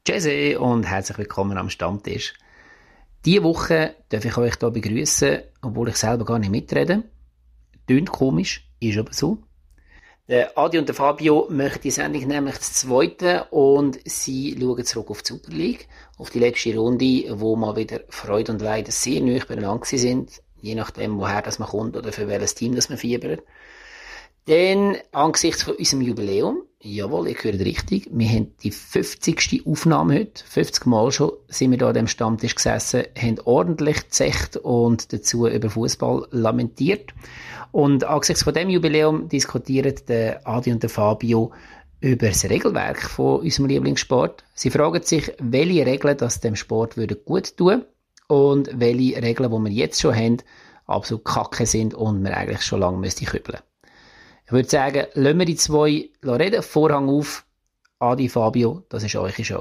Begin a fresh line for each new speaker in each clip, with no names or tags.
Tschüssi und herzlich willkommen am Stammtisch. Diese Woche darf ich euch hier begrüßen, obwohl ich selber gar nicht mitrede. Tönt komisch, ist aber so. Der Adi und der Fabio möchten die Sendung nämlich das zweite und sie schauen zurück auf die Super League, auf die letzte Runde, wo mal wieder Freude und Leid sehr nahe beieinander sind, je nachdem, woher das man kommt oder für welches Team das man fiebert. Denn angesichts von unserem Jubiläum, jawohl, ihr hört richtig, wir haben die 50. Aufnahme heute, 50 Mal schon sind wir da an dem Stammtisch gesessen, haben ordentlich gezecht und dazu über Fußball lamentiert. Und angesichts von dem Jubiläum diskutieren der Adi und der Fabio über das Regelwerk von unserem Lieblingssport. Sie fragen sich, welche Regeln das dem Sport würden gut tun und welche Regeln, die wir jetzt schon haben, absolut kacke sind und wir eigentlich schon lange müsste kübeln. Ich würde sagen, lassen wir die zwei reden. Vorhang auf. Adi, Fabio, das ist eure Show.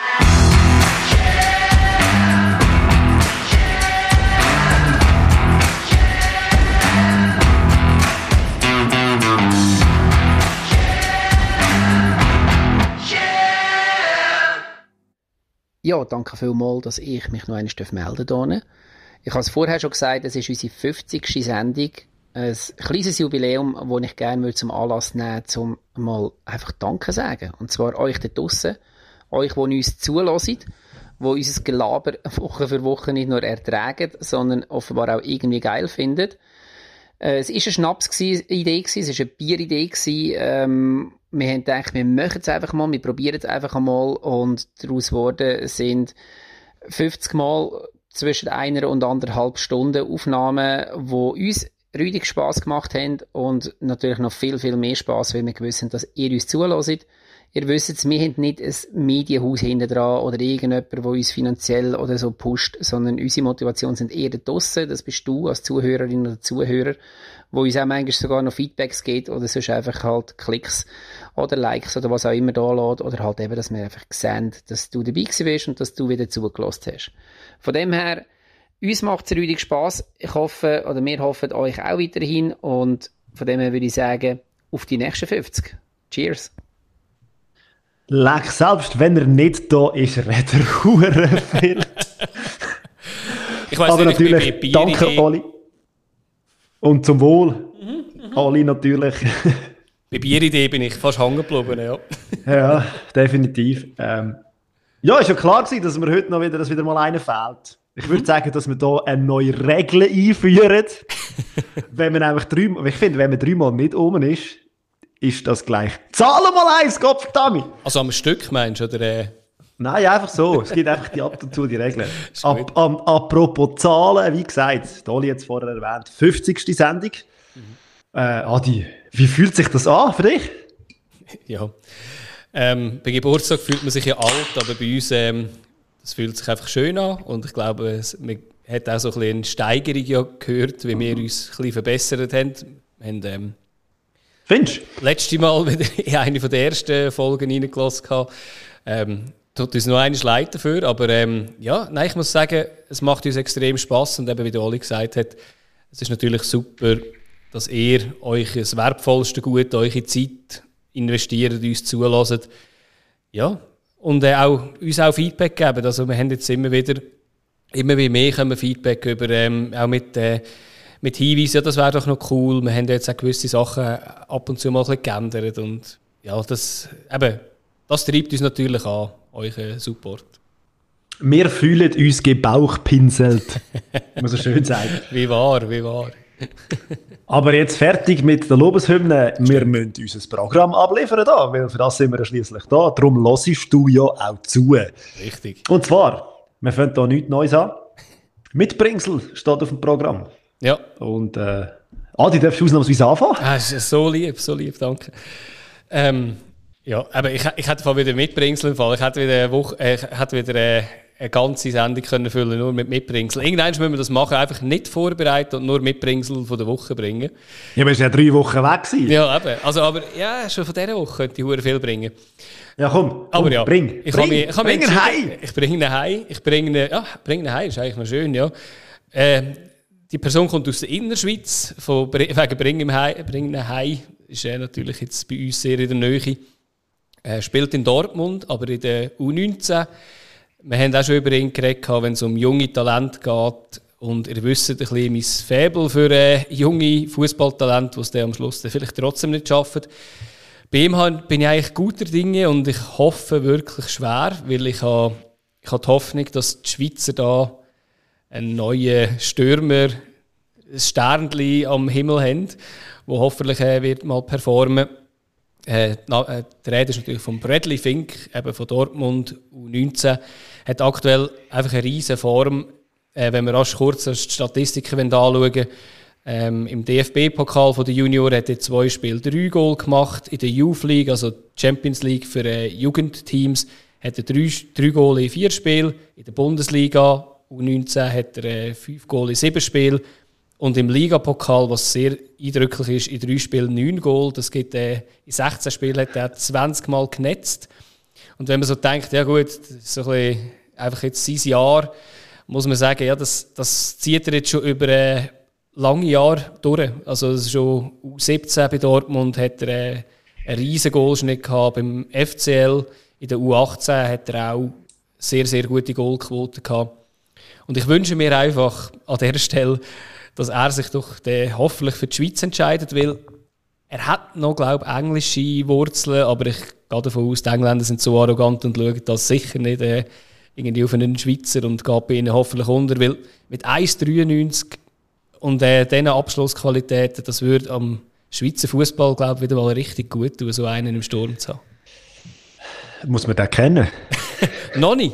Ja, danke vielmals, dass ich mich noch einmal melden darf. Ich habe es vorher schon gesagt, es ist unsere 50. Sendung. Ein kleines Jubiläum, das ich gerne zum Anlass nehmen würde, um mal einfach Danke sagen. Und zwar euch da draussen, euch, die uns zuhören, die unser Gelaber Woche für Woche nicht nur ertragen, sondern offenbar auch irgendwie geil finden. Es war eine Schnapsidee, es war eine Bieridee. Wir haben gedacht, wir machen es einfach mal, wir probieren es einfach einmal und daraus geworden sind 50 Mal zwischen 1 und 1,5 Stunden Aufnahmen, die uns rüdig Spass gemacht haben und natürlich noch viel, viel mehr Spass, weil wir gewusst haben, dass ihr uns zuhört. Ihr wisst es, wir haben nicht ein Medienhaus hinten dran oder irgendjemand, der uns finanziell oder so pusht, sondern unsere Motivation sind eher da draussen. Das bist du als Zuhörerin oder Zuhörer, wo uns auch manchmal sogar noch Feedbacks gibt oder sonst einfach halt Klicks oder Likes oder was auch immer da lässt oder halt eben, dass wir einfach sehen, dass du dabei gewesen bist und dass du wieder zugelassen hast. Von dem her, uns macht es rüdig Spass. Ich hoffe, oder wir hoffen euch auch weiterhin. Und von dem her würde ich sagen, auf die nächsten 50. Cheers.
Leck, selbst wenn er nicht da ist, redet er hure viel.
Ich weiss
aber
nicht,
natürlich, danke Oli. Und zum Wohl. Oli natürlich.
Bei Bieridee bin ich fast hängen geblieben, ja.
Ja, definitiv. Ja, ist ja klar gewesen, dass mir heute noch wieder mal einer fehlt. Ich würde sagen, dass wir hier eine neue Regel einführen. Wenn man einfach ich finde, wenn man 3 Mal nicht oben ist, ist das gleich. Zahlen mal 1, Gottverdammt!
Also am Stück meinst du, oder?
Nein, einfach so. Es gibt einfach ab und zu die Regeln. Apropos Zahlen, wie gesagt, Oli hat es vorher erwähnt, 50. Sendung. Adi, wie fühlt sich das an für dich?
Ja, bei Geburtstag fühlt man sich ja alt, aber bei uns... Es fühlt sich einfach schön an und ich glaube, man hat auch so ein bisschen eine Steigerung ja gehört, wie wir uns ein bisschen verbessert haben. Wir haben
findest du?
Letztes Mal wieder in eine der ersten Folgen reingelassen. Tut uns noch einmal leid dafür, aber ja, nein, ich muss sagen, es macht uns extrem Spass und eben, wie der Oli gesagt hat, es ist natürlich super, dass ihr euch das wertvollste Gut, eure Zeit investiert, uns zulässt. Ja. Und uns auch Feedback geben. Also wir haben jetzt immer wie mehr können wir Feedback über, auch mit Hinweisen, ja, das wäre doch noch cool. Wir haben jetzt auch gewisse Sachen ab und zu mal ein bisschen geändert. Und ja, das treibt uns natürlich an, euren Support.
Wir fühlen uns gebauchpinselt, wie man so schön sagt.
Wie wahr.
Aber jetzt fertig mit der Lobeshymne. Wir müssen unser Programm abliefern, da, weil für das sind wir ja schliesslich da. Darum hörst du ja auch zu.
Richtig.
Und zwar, wir fangen hier nichts Neues an. Mitbringsel steht auf dem Programm.
Ja.
Und Adi, darfst du ausnahmsweise anfangen?
Das ist so lieb, danke. Ja, aber ich hätte wieder Mitbringsel im Fall. Ich hätte wieder eine ganze Sendung können füllen, nur mit Mitbringsel. Irgendwann müssen wir das machen, einfach nicht vorbereiten und nur Mitbringsel von der Woche bringen.
Ja, aber es war ja 3 Wochen weg gewesen.
Ja, eben. Also, aber ja, schon von dieser Woche könnte ich viel bringen.
Ja, komm,
aber ja,
bring ihn heim.
Ich bringe ihn heim. Bring ihn heim, ist eigentlich noch schön, ja. Die Person kommt aus der Innerschweiz, wegen bring ihn heim, ist natürlich jetzt bei uns sehr in der Nähe. Er spielt in Dortmund, aber in der U19. Wir haben auch schon über ihn geredet, wenn es um junge Talente geht. Und ihr wisst ein bisschen mein Faible für junge Fußballtalente, die es dann am Schluss dann vielleicht trotzdem nicht schaffen. Bei ihm bin ich eigentlich guter Dinge und ich hoffe wirklich schwer, weil ich habe die Hoffnung, dass die Schweizer da einen neuen Stürmer, ein Sternchen am Himmel haben, der hoffentlich wird mal performen. Die Rede ist natürlich von Bradley Fink, eben von Dortmund, U19. Hat aktuell einfach eine riesen Form. Wenn wir rasch kurz die Statistiken anschauen, im DFB-Pokal der Junior hat er 2 Spiele 3 Goal gemacht. In der Youth League, also Champions League für Jugendteams, hat er 3 Goal in 4 Spielen. In der Bundesliga U19 hat er 5 Goal in 7 Spielen. Und im Ligapokal, was sehr eindrücklich ist, in 3 Spielen 9 Goal. Das gibt, in 16 Spielen hat er 20 Mal genetzt. Und wenn man so denkt, ja gut, das ist so ein bisschen einfach jetzt sein Jahr, muss man sagen, ja, das zieht er jetzt schon über lange Jahre durch. Also schon U17 bei Dortmund hat er einen riesen Goalschnitt gehabt. Beim FCL in der U18 hat er auch sehr, sehr gute Goalquote gehabt. Und ich wünsche mir einfach an dieser Stelle, dass er sich doch hoffentlich für die Schweiz entscheidet, weil er hat noch, glaube ich, englische Wurzeln, aber ich gehe davon aus, die Engländer sind so arrogant und schauen das sicher nicht irgendwie auf einen Schweizer und geht bei ihnen hoffentlich unter, weil mit 1,93 und diesen Abschlussqualitäten, das würde am Schweizer Fußball, glaube ich, wieder mal richtig gut tun, so einen im Sturm zu haben.
Muss man den kennen?
Noch nicht.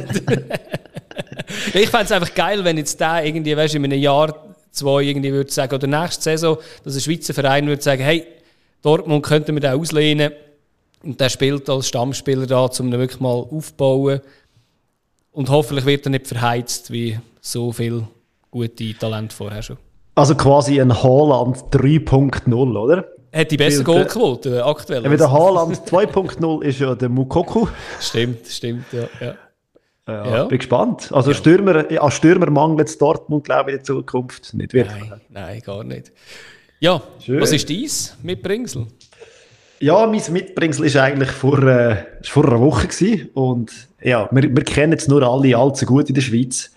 Ich fände es einfach geil, wenn jetzt der irgendwie, weißt, in einem Jahr, 2 irgendwie würde sagen, oder nächste Saison, dass ein Schweizer Verein würde sagen, hey, Dortmund könnten wir den auslehnen und der spielt als Stammspieler da, um ihn wirklich mal aufzubauen. Und hoffentlich wird er nicht verheizt wie so viele gute Talente vorher schon.
Also quasi ein Haaland 3.0, oder?
Hat die beste Goalquote aktuell.
Ja, der Haaland 2.0 ist ja der Moukoko.
Stimmt, ja.
Ja. Bin gespannt. Also an Stürmer mangelt es Dortmund, glaube ich, in der Zukunft nicht wirklich.
Nein, gar nicht. Ja, schön. Was ist dein Mitbringsel?
Ja, mein Mitbringsel war eigentlich vor einer Woche gewesen. Und ja, wir kennen es nur alle allzu gut in der Schweiz.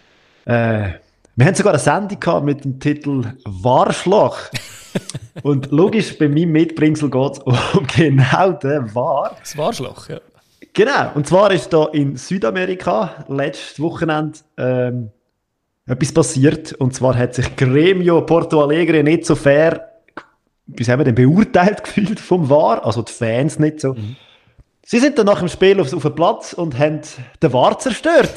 Wir haben sogar eine Sendung gehabt mit dem Titel «Warschlag». Und logisch, bei meinem Mitbringsel geht es um genau den War.
Das Warschlag, ja.
Genau, und zwar ist da in Südamerika letztes Wochenende etwas passiert. Und zwar hat sich Grêmio Porto Alegre nicht so fair, wie haben wir denn, beurteilt gefühlt vom VAR, also die Fans nicht so. Mhm. Sie sind dann nach dem Spiel auf den Platz und haben den VAR zerstört.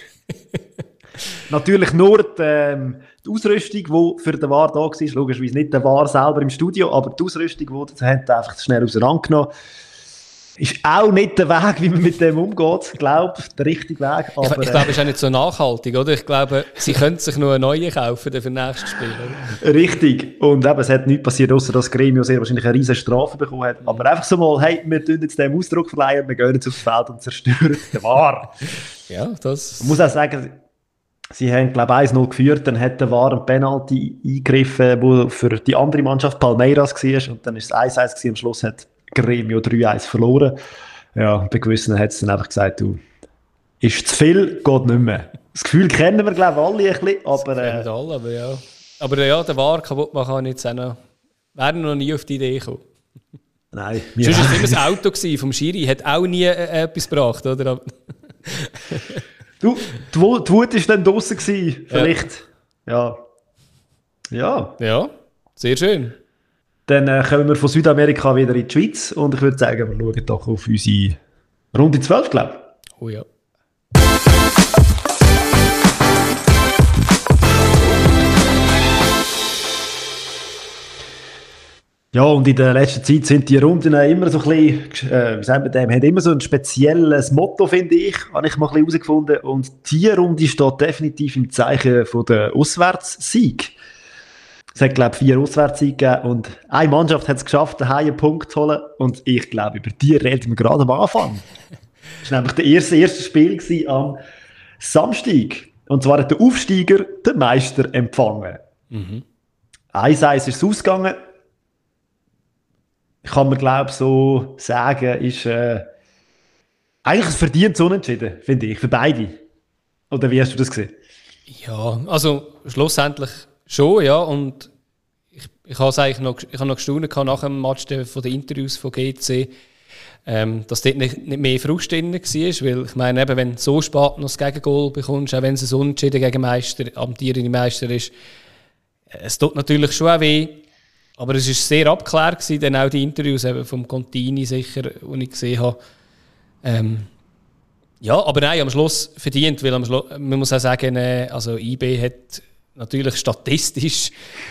Natürlich nur die Ausrüstung, die für den VAR da war, logischerweise nicht der VAR selber im Studio, aber die Ausrüstung, die haben einfach schnell auseinandergenommen. Ist auch nicht der Weg, wie man mit dem umgeht. Ich glaube, der richtige Weg. Aber,
ich glaube, es ist auch nicht so nachhaltig, oder? Ich glaube, sie können sich noch eine neue kaufen für das nächste Spiel, oder?
Richtig. Und eben, es hat nichts passiert, außer dass Grêmio sehr wahrscheinlich eine riesen Strafe bekommen hat. Aber einfach so mal, hey, wir tun jetzt dem Ausdruck verleihen, wir gehen jetzt aufs Feld und zerstören den VAR.
Ja, das...
Ich muss auch sagen, sie haben, glaube ich, 1-0 geführt, dann hat der VAR einen Penalty eingegriffen, der für die andere Mannschaft Palmeiras war. Und dann ist es 1-1 gewesen, am Schluss hat Grêmio 3-1 verloren. Ja, bei gewissen hat es dann einfach gesagt, du, ist zu viel, geht nicht mehr. Das Gefühl kennen wir, glaube ich, alle ein bisschen, aber...
Kennen alle, aber ja. Aber ja, den VAR kaputt machen kann jetzt auch noch... Werden noch nie auf die Idee kommen.
Nein.
Sonst war es immer das Auto vom Schiri, hat auch nie etwas gebracht, oder?
Du, die Wut war dann draussen gewesen, vielleicht. Ja.
Ja, sehr schön.
Dann kommen wir von Südamerika wieder in die Schweiz und ich würde sagen, wir schauen doch auf unsere Runde 12, glaube ich.
Oh ja.
Ja, und in der letzten Zeit sind die Runden immer so ein bisschen, wie sagen wir dem, haben immer so ein spezielles Motto, finde ich, habe ich mal ein bisschen herausgefunden. Und diese Runde steht definitiv im Zeichen von der Auswärtssieg. Es hat, glaube ich, 4 Auswärtssiege gegeben und eine Mannschaft hat es geschafft, daheim einen Punkt zu holen. Und ich glaube, über die reden wir gerade am Anfang. Das war nämlich das erste Spiel am Samstag. Und zwar hat der Aufsteiger den Meister empfangen. 1-1 ist es ausgegangen. kann man glaube so sagen, ist eigentlich ein verdientes Unentschieden, finde ich, für beide. Oder wie hast du das gesehen?
Ja, also schlussendlich schon, ja. Und ich habe noch gestaunt nach dem Match von den Interviews von GC, dass dort nicht mehr Frust drin war. Weil ich meine, eben, wenn du so spät noch das Gegengol bekommst, auch wenn es ein Unentschieden gegen Meister, amtierende Meister ist, es tut natürlich schon auch weh. Aber es war sehr abgeklärt gewesen, dann auch die Interviews eben vom Contini sicher, die ich gesehen habe. Ja, aber nein, am Schluss verdient, weil man muss auch sagen, also IB hat natürlich statistisch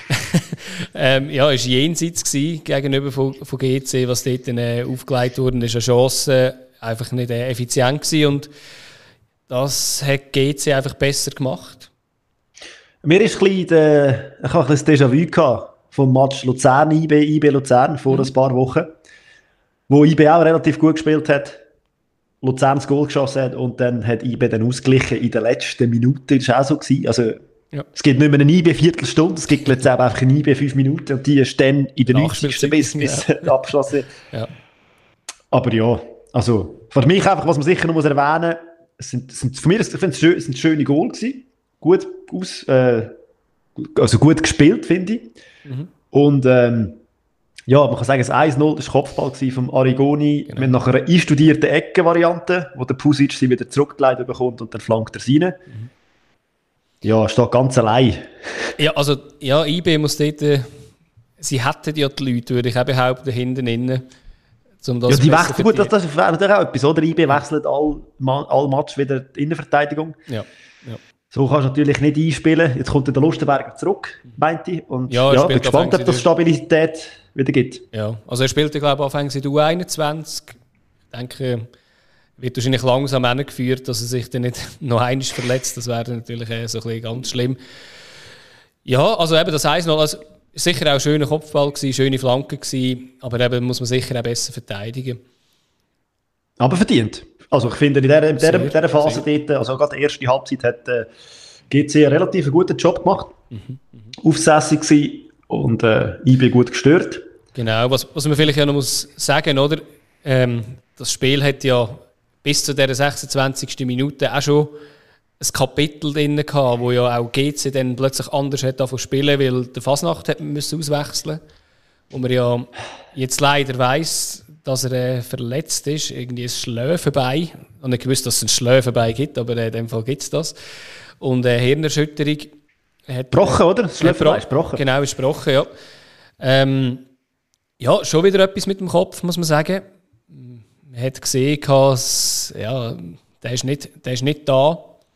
ist jenseits gewesen, gegenüber von GC, was dort aufgelegt wurde, ist eine Chance einfach nicht effizient gewesen und das hat GC einfach besser gemacht.
Mir ist ich habe ein bisschen das Déjà-vu gehabt vom Match IB Luzern vor ein paar Wochen, wo IB auch relativ gut gespielt hat, Luzern das Goal geschossen hat und dann hat IB dann ausgeglichen in der letzten Minute. Das war auch so gewesen. Also, es gibt nicht mehr eine IB Viertelstunde, es gibt jetzt einfach eine IB 5 Minuten und die ist dann in der 90. bis abgeschlossen. Ja. Aber ja, also für mich einfach, was man sicher noch erwähnen muss, für mich, ich finde es sind schöne Goal gewesen. Gut gut gespielt, finde ich. Und man kann sagen, das 1-0 war der Kopfball vom Arrigoni mit nach einer einstudierten Ecke-Variante, wo der Pusic sie wieder zurückgeleitet bekommt und dann flankt er rein. Ja, steht ganz allein. Ja,
also IB muss dort, sie hätten ja die Leute, würde ich auch behaupten, hinten innen.
Um das die wechseln, gut, das wäre auch etwas, oder? IB wechselt all Match wieder die Innenverteidigung. Ja. So kannst du natürlich nicht einspielen. Jetzt kommt der Lustenberger zurück, meinte ich. Und ich bin gespannt, ob das Stabilität wieder gibt.
Ja, also er spielte, glaube ich, anfangs in der U21. Ich denke, wird wahrscheinlich langsam hingeführt, dass er sich dann nicht noch einmal verletzt. Das wäre natürlich so ein bisschen ganz schlimm. Ja, also eben das 1-0, also sicher auch ein schöner Kopfball gewesen, schöne Flanke gewesen, aber eben muss man sicher auch besser verteidigen.
Aber verdient. Also ich finde, in dieser Phase dort, also gerade die erste Halbzeit hat GC einen relativ guten Job gemacht. Aufsässig gewesen und IB gut gestört.
Genau, was man vielleicht ja noch muss sagen, oder? Das Spiel hat ja bis zu dieser 26. Minute auch schon ein Kapitel drin gehabt, wo ja auch GC dann plötzlich anders hat angefangen zu spielen, weil der Fasnacht hat müssen auswechseln, wo man ja jetzt leider weiss, dass er verletzt ist, irgendwie ein Schläfenbein. Ich habe nicht gewusst, dass es ein Schläfenbein gibt, aber in dem Fall gibt es das. Und eine Hirnerschütterung.
Gebrochen, oder? Das Schläfenbein ist gebrochen.
Genau, ist gebrochen, ja. Ja, schon wieder etwas mit dem Kopf, muss man sagen. Man hat gesehen, dass, der ist nicht da.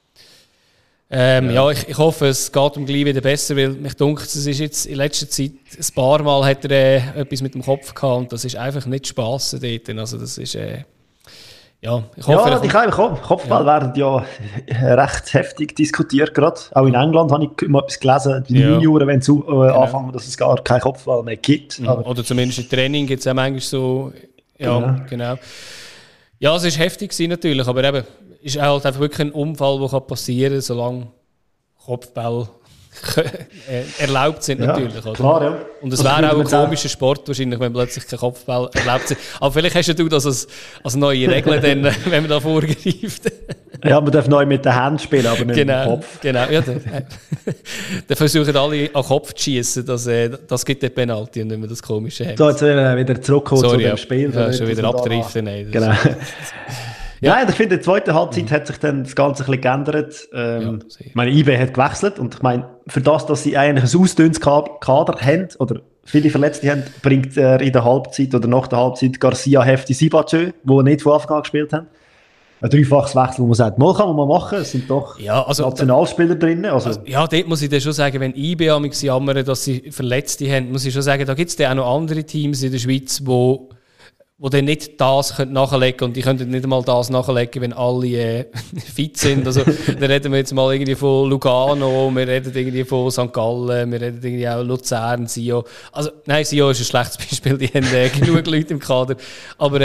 Ich hoffe, es geht ihm gleich wieder besser, weil mich dunkt, es ist jetzt in letzter Zeit ein paar Mal hat er etwas mit dem Kopf gehabt und das ist einfach nicht Spass dort. Also das ist, ich hoffe...
die Kopfball werden ja recht heftig diskutiert gerade. Auch in England habe ich mal etwas gelesen, die Junioren, wenn sie anfangen, dass es gar keinen Kopfball mehr gibt.
Oder zumindest im Training gibt es auch manchmal so... Ja, genau. Ja, es war heftig gewesen, natürlich, aber eben, ist halt einfach wirklich ein Unfall, der passieren kann, solange Kopfball erlaubt sind, natürlich. Oder? Klar, ja. Und es wäre auch ein komischer Sport, wahrscheinlich, wenn plötzlich kein Kopfball erlaubt sind. Aber vielleicht hast du das als neue Regel, dann, wenn man da vorgreift.
Ja, man darf neu mit den Händen spielen, aber nicht mit dem Kopf.
Genau, ja. Dann versuchen alle an den Kopf zu schießen, das gibt den Penalty und nicht mehr das komische Hemd.
So, jetzt wieder zurückkommen zu dem Spiel.
Ja, schon wieder abdriften.
Genau. Ja, ich finde, in der zweiten Halbzeit hat sich dann das Ganze ein bisschen geändert. Ich meine, IB hat gewechselt und ich meine, für das, dass sie eigentlich ein ausdünntes Kader haben oder viele Verletzte haben, bringt er in der Halbzeit oder nach der Halbzeit Garcia, Hefti, Sibachö, die nicht von Anfang an gespielt haben. Ein dreifaches Wechsel, wo man sagt, mal kann man machen, es sind doch Nationalspieler drin.
Dort muss ich dann schon sagen, wenn IB jammern, dass sie Verletzte haben, muss ich schon sagen, da gibt es dann auch noch andere Teams in der Schweiz, wo dann nicht das nachlegen können und die könnten nicht einmal das nachlegen, wenn alle fit sind. Also, dann reden wir jetzt mal irgendwie von Lugano, wir reden irgendwie von St. Gallen, wir reden irgendwie auch Luzern, Sio. Also, nein, Sio ist ein schlechtes Beispiel, die haben genug Leute im Kader. Aber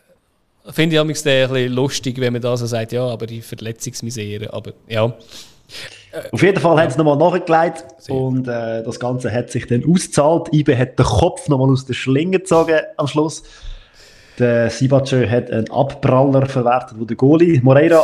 finde ich ein bisschen lustig, wenn man da so sagt, ja, aber die Verletzungsmisere. Aber ja,
Auf jeden Fall haben sie nochmal nachgelegt und das Ganze hat sich dann ausgezahlt. IBE hat den Kopf nochmal aus der Schlinge gezogen am Schluss. Der Sibace hat einen Abpraller verwertet, wo der Goalie Moreira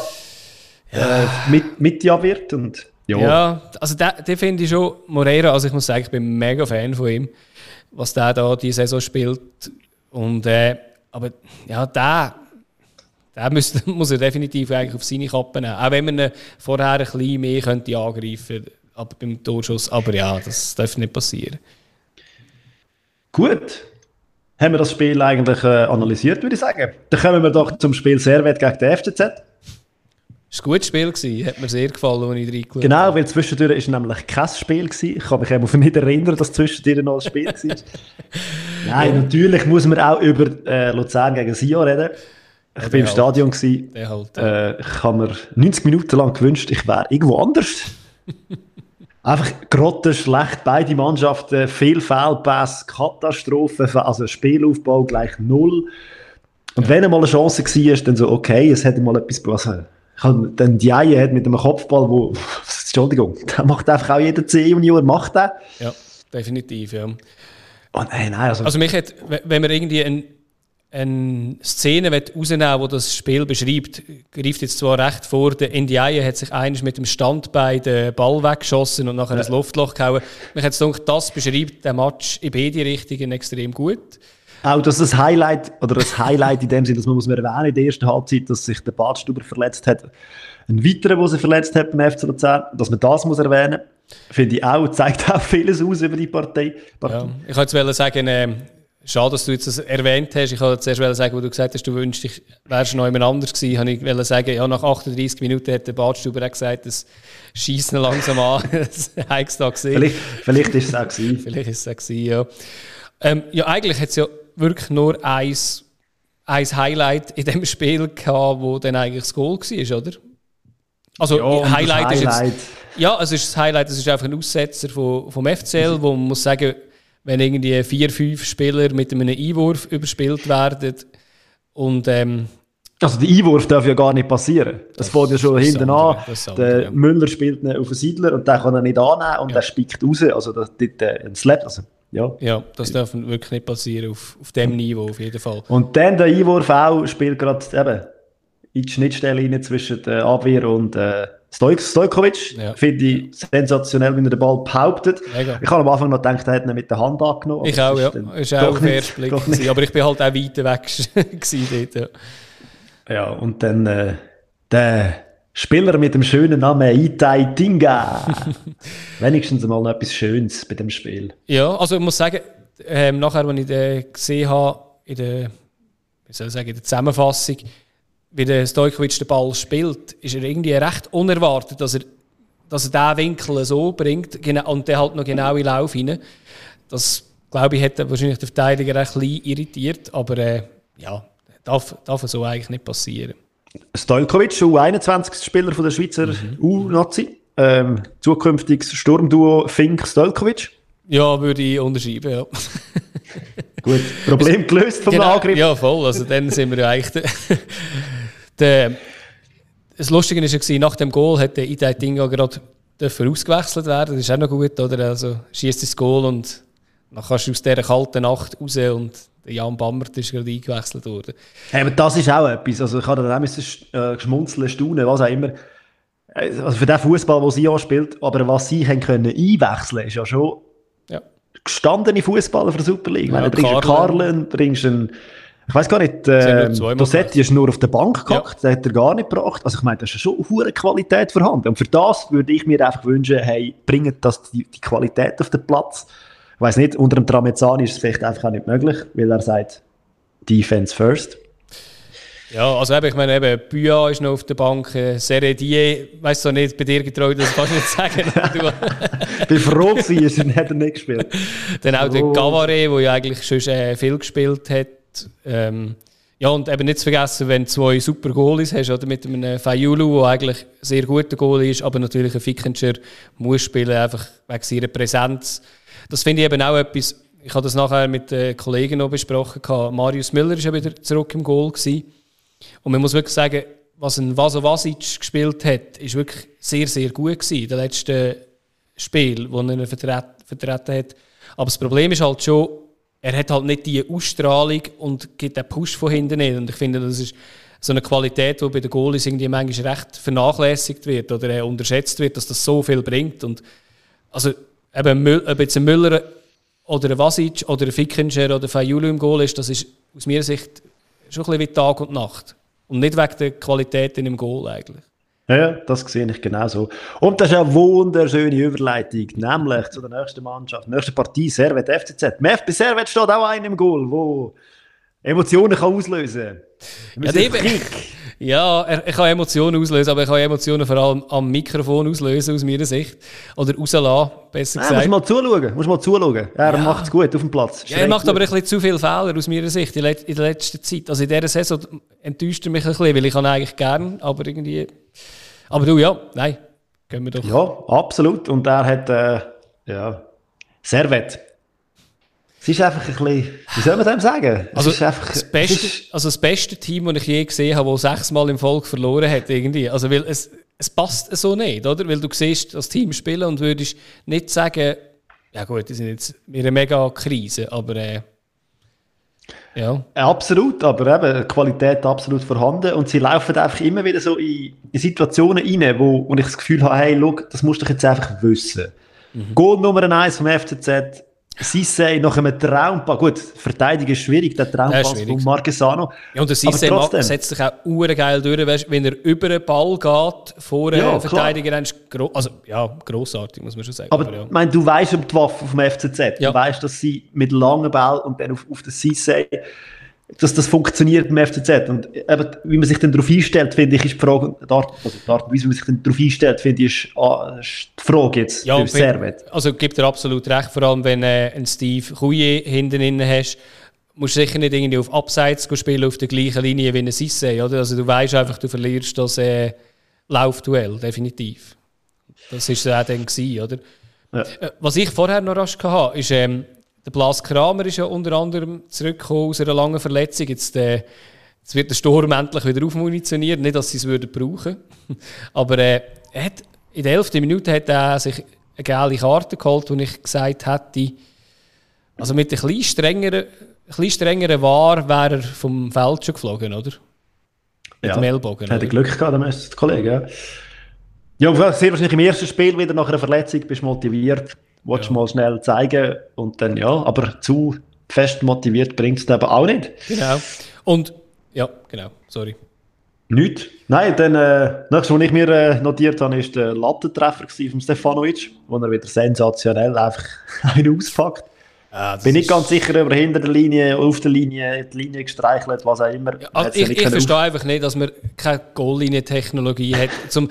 mit wird. Und,
ja, also der finde ich schon, Moreira, also ich muss sagen, ich bin mega Fan von ihm, was der da die Saison spielt. Und, aber ja, der muss er definitiv eigentlich auf seine Kappe nehmen. Auch wenn man ihn vorher ein bisschen mehr könnte angreifen könnte beim Torschuss. Aber ja, das darf nicht passieren.
Gut. Haben wir das Spiel eigentlich analysiert, würde ich sagen. Dann kommen wir doch zum Spiel Servette gegen den FCZ.
Es war ein gutes Spiel gewesen. Hat mir sehr gefallen, als ich reingeschaut habe.
Genau, weil zwischendurch war nämlich kein Spiel gewesen. Ich kann mich eben nicht erinnern, dass zwischendurch noch ein Spiel war. Nein, natürlich muss man auch über Luzern gegen Sion reden. Ich war im Stadion gewesen. Ich habe mir 90 Minuten lang gewünscht, ich wäre irgendwo anders. Einfach grottenschlecht, beide Mannschaften, viel Fehlpässe, Katastrophe, also Spielaufbau gleich 0. Und wenn einmal eine Chance war, dann so, okay, es hätte mal etwas passiert. Dann die Eie hat mit einem Kopfball, wo, Entschuldigung, der macht einfach auch jeder C-Junior, macht der.
Ja, definitiv, ja.
Oh nein,
also mich hat, wenn man irgendwie eine Szene rausnehmen, die das Spiel beschreibt, greift jetzt zwar recht vor, der Ndiaye hat sich eigentlich mit dem Standbein den Ball weggeschossen und nachher ins Luftloch gehauen. Mich hat es gedacht, das beschreibt den Match in beide Richtungen extrem gut.
Auch das ist ein Highlight, oder ein Highlight in dem Sinne, dass man muss erwähnen in der ersten Halbzeit, dass sich der Badstuber verletzt hat. Ein weiterer, der sich verletzt hat beim FC Luzern, dass man das muss erwähnen, finde ich auch, zeigt auch vieles aus über die Partei.
Ja, ich wollte jetzt sagen, schade, dass du jetzt das erwähnt hast. Ich wollte zuerst sagen, wo du gesagt hast, du wünschst, ich wärst noch jemand anders gewesen. Ich wollte sagen, ja, nach 38 Minuten hat der Badstuber auch gesagt, das schießt langsam an. Das habe ich da gesehen.
Vielleicht ist es auch gewesen.
Vielleicht ist es auch gewesen, ja. Ja, eigentlich hat es ja wirklich nur ein Highlight in dem Spiel gehabt, wo dann eigentlich das Goal war, oder? Also,
ja,
Highlight ist jetzt... Ja, es ist das Highlight, es ist einfach ein Aussetzer vom FCL, wo man muss sagen, wenn irgendwie 4-5 Spieler mit einem Einwurf überspielt werden und
also der Einwurf darf ja gar nicht passieren. Das fängt ja schon hinten an. Der Müller spielt ihn auf den Siedler und den kann er nicht annehmen und der spickt raus. Also das ein Slap. Also,
ja, das darf wirklich nicht passieren auf dem Niveau auf jeden Fall.
Und dann der Einwurf auch spielt gerade eben in die Schnittstelle rein zwischen der Abwehr und Stojkovic. Ja. Finde ich sensationell, wenn er den Ball behauptet. Mega. Ich habe am Anfang noch gedacht, er hätte ihn mit der Hand angenommen.
Ich auch, ja. Das war auch auf den ersten Blick. Aber ich bin halt auch weiter weg dort.
Ja, und dann der Spieler mit dem schönen Namen Itai Tinga. Wenigstens mal noch etwas Schönes bei dem Spiel.
Ja, also ich muss sagen, nachher, als ich den gesehen habe, in der Zusammenfassung, wie der Stojkovic den Ball spielt, ist er irgendwie recht unerwartet, dass er diesen Winkel so bringt und der halt noch genau in den Lauf rein. Das, glaube ich, hat wahrscheinlich den Verteidiger ein bisschen irritiert, aber ja, darf so eigentlich nicht passieren.
Stojkovic, U21-Spieler von der Schweizer U-Nazi, zukünftiges Sturmduo Fink-Stojkovic.
Ja, würde ich unterschreiben, ja.
Gut, Problem gelöst vom Angriff.
Ja, voll, also dann sind wir ja eigentlich... Das Lustige war, nach dem Goal hat der Itai Tinga gerade ausgewechselt werden. Das ist auch noch gut, oder? Also schießt das Goal und dann kannst du aus dieser kalten Nacht raus und Jan Bammert ist gerade eingewechselt worden.
Hey, aber das ist auch etwas. Also ich habe da auch schmunzeln, staunen, was auch immer. Also für den Fußball, den sie spielt, aber was sie haben können einwechseln, ist ja schon gestandene Fußballer für die Super League. Ja, du bringst einen Karlen, bringst einen... Ich weiss gar nicht, Dossetti ist nur auf der Bank gehackt, den hat er gar nicht gebracht. Also ich meine, da ist schon eine hohe Qualität vorhanden. Und für das würde ich mir einfach wünschen, hey, bringt das die Qualität auf den Platz. Ich weiss nicht, unter dem Tramezzani ist es vielleicht einfach auch nicht möglich, weil er sagt, Defense first.
Ja, also ich meine, Buya ist noch auf der Bank, Seredier, weißt du nicht, bei dir getraut, das kannst du nicht sagen.
Ich bin froh gewesen, hat er nicht gespielt.
Dann auch der Gavare, der ja eigentlich schon viel gespielt hat. Ja, und eben nicht zu vergessen, wenn du 2 super Goalies hast, oder mit einem Fayulu, der eigentlich ein sehr guter Goalie ist, aber natürlich ein Fickentscher muss spielen, einfach wegen seiner Präsenz. Das finde ich eben auch etwas, ich habe das nachher mit den Kollegen noch besprochen, Marius Müller war ja wieder zurück im Goal gewesen. Und man muss wirklich sagen, was ein Vaso Vasic gespielt hat, ist wirklich sehr, sehr gut gewesen, in den letzten Spiel, wo er vertreten hat. Aber das Problem ist halt schon, er hat halt nicht die Ausstrahlung und gibt den Push von hinten nicht. Und ich finde, das ist so eine Qualität, die bei den Goalies irgendwie manchmal recht vernachlässigt wird oder unterschätzt wird, dass das so viel bringt. Und also eben, ob jetzt ein Müller oder ein Vasic oder ein Fickinger oder ein Fayulu im Goal ist, das ist aus meiner Sicht schon ein bisschen wie Tag und Nacht. Und nicht wegen der Qualität in dem Goal eigentlich.
Ja, das sehe ich genauso. Und das ist eine wunderschöne Überleitung, nämlich zu der nächsten Mannschaft, nächste Partie, Servette FCZ. Bei Servette steht auch einer im Goal, der Emotionen kann auslösen kann.
Ja, er kann Emotionen auslösen, aber er kann Emotionen vor allem am Mikrofon auslösen, aus meiner Sicht. Oder rauslassen, besser gesagt.
Musst mal zuschauen. Er macht es gut auf dem Platz.
Ja, er macht aber ein bisschen zu viele Fehler, aus meiner Sicht, in der letzten Zeit. Also in dieser Saison enttäuscht er mich ein bisschen, weil ich ihn eigentlich gern, aber irgendwie... Aber du, ja, nein, gehen wir doch.
Ja, absolut. Und er hat, Servette. Es ist einfach ein bisschen, wie soll man dem sagen?
Also das beste Team, das ich je gesehen habe, das 6-mal in Folge verloren hat, irgendwie. Also, weil es passt so nicht, oder? Weil du siehst das Team spielen und würdest nicht sagen, ja gut, die sind jetzt in einer mega Krise, aber ja.
Absolut, aber eben, die Qualität absolut vorhanden und sie laufen einfach immer wieder so in Situationen rein, wo ich das Gefühl habe, hey, look, das musst du jetzt einfach wissen. Goal Nummer 1 vom FCZ, Cissé nach einem Traumpass. Gut, Verteidigung ist schwierig, der Traumpass von Marquesano.
Ja, und der Cissé setzt sich auch urgeil durch, weißt, wenn er über den Ball geht, vor einem Verteidiger, also grossartig, muss man schon sagen.
Aber ich meine, du weißt um die Waffe vom FCZ.
Ja.
Du weißt, dass sie mit langen Ball und dann auf den Cissé, dass das funktioniert beim FCZ. Und eben, wie man sich dann darauf einstellt, finde ich, ist die Frage, die Art und Weise, wie man sich dann darauf einstellt, finde ich, ist die Frage jetzt für Servette.
Also gibt er absolut recht, vor allem wenn ein Steve Couillet hinten drin hast, musst du sicher nicht irgendwie auf Abseits spielen, auf der gleichen Linie wie ein Cissé, oder? Also du weißt einfach, du verlierst das Laufduell, definitiv. Das war es auch dann gewesen, oder? Ja. Was ich vorher noch rasch hatte, ist, der Blas Kramer ist ja unter anderem zurückgekommen aus einer langen Verletzung. Jetzt wird der Sturm endlich wieder aufmunitioniert. Nicht, dass sie es brauchen würden. Aber in der 11. Minute hat er sich eine gelbe Karte geholt, wo ich gesagt hätte, also mit ein bisschen strengeren Wahr wäre er vom Feld schon geflogen, oder? Mit dem Ellbogen.
Hat er Glück gehabt, der Kollege. Ja, sehr wahrscheinlich im ersten Spiel wieder nach einer Verletzung bist du motiviert. Willst du mal schnell zeigen und dann aber zu fest motiviert bringt es eben auch nicht.
Genau. Und, genau, sorry.
Nicht? Nein, dann, nächstes, was ich mir notiert habe, ist der Lattentreffer von Stefanovic, wo er wieder sensationell einfach einen auspackt. Bin nicht ganz sicher, ob er hinter der Linie, auf der Linie, die Linie gestreichelt, was auch immer.
Ja, also ich verstehe einfach nicht, dass man keine Goal-Linie-Technologie hat.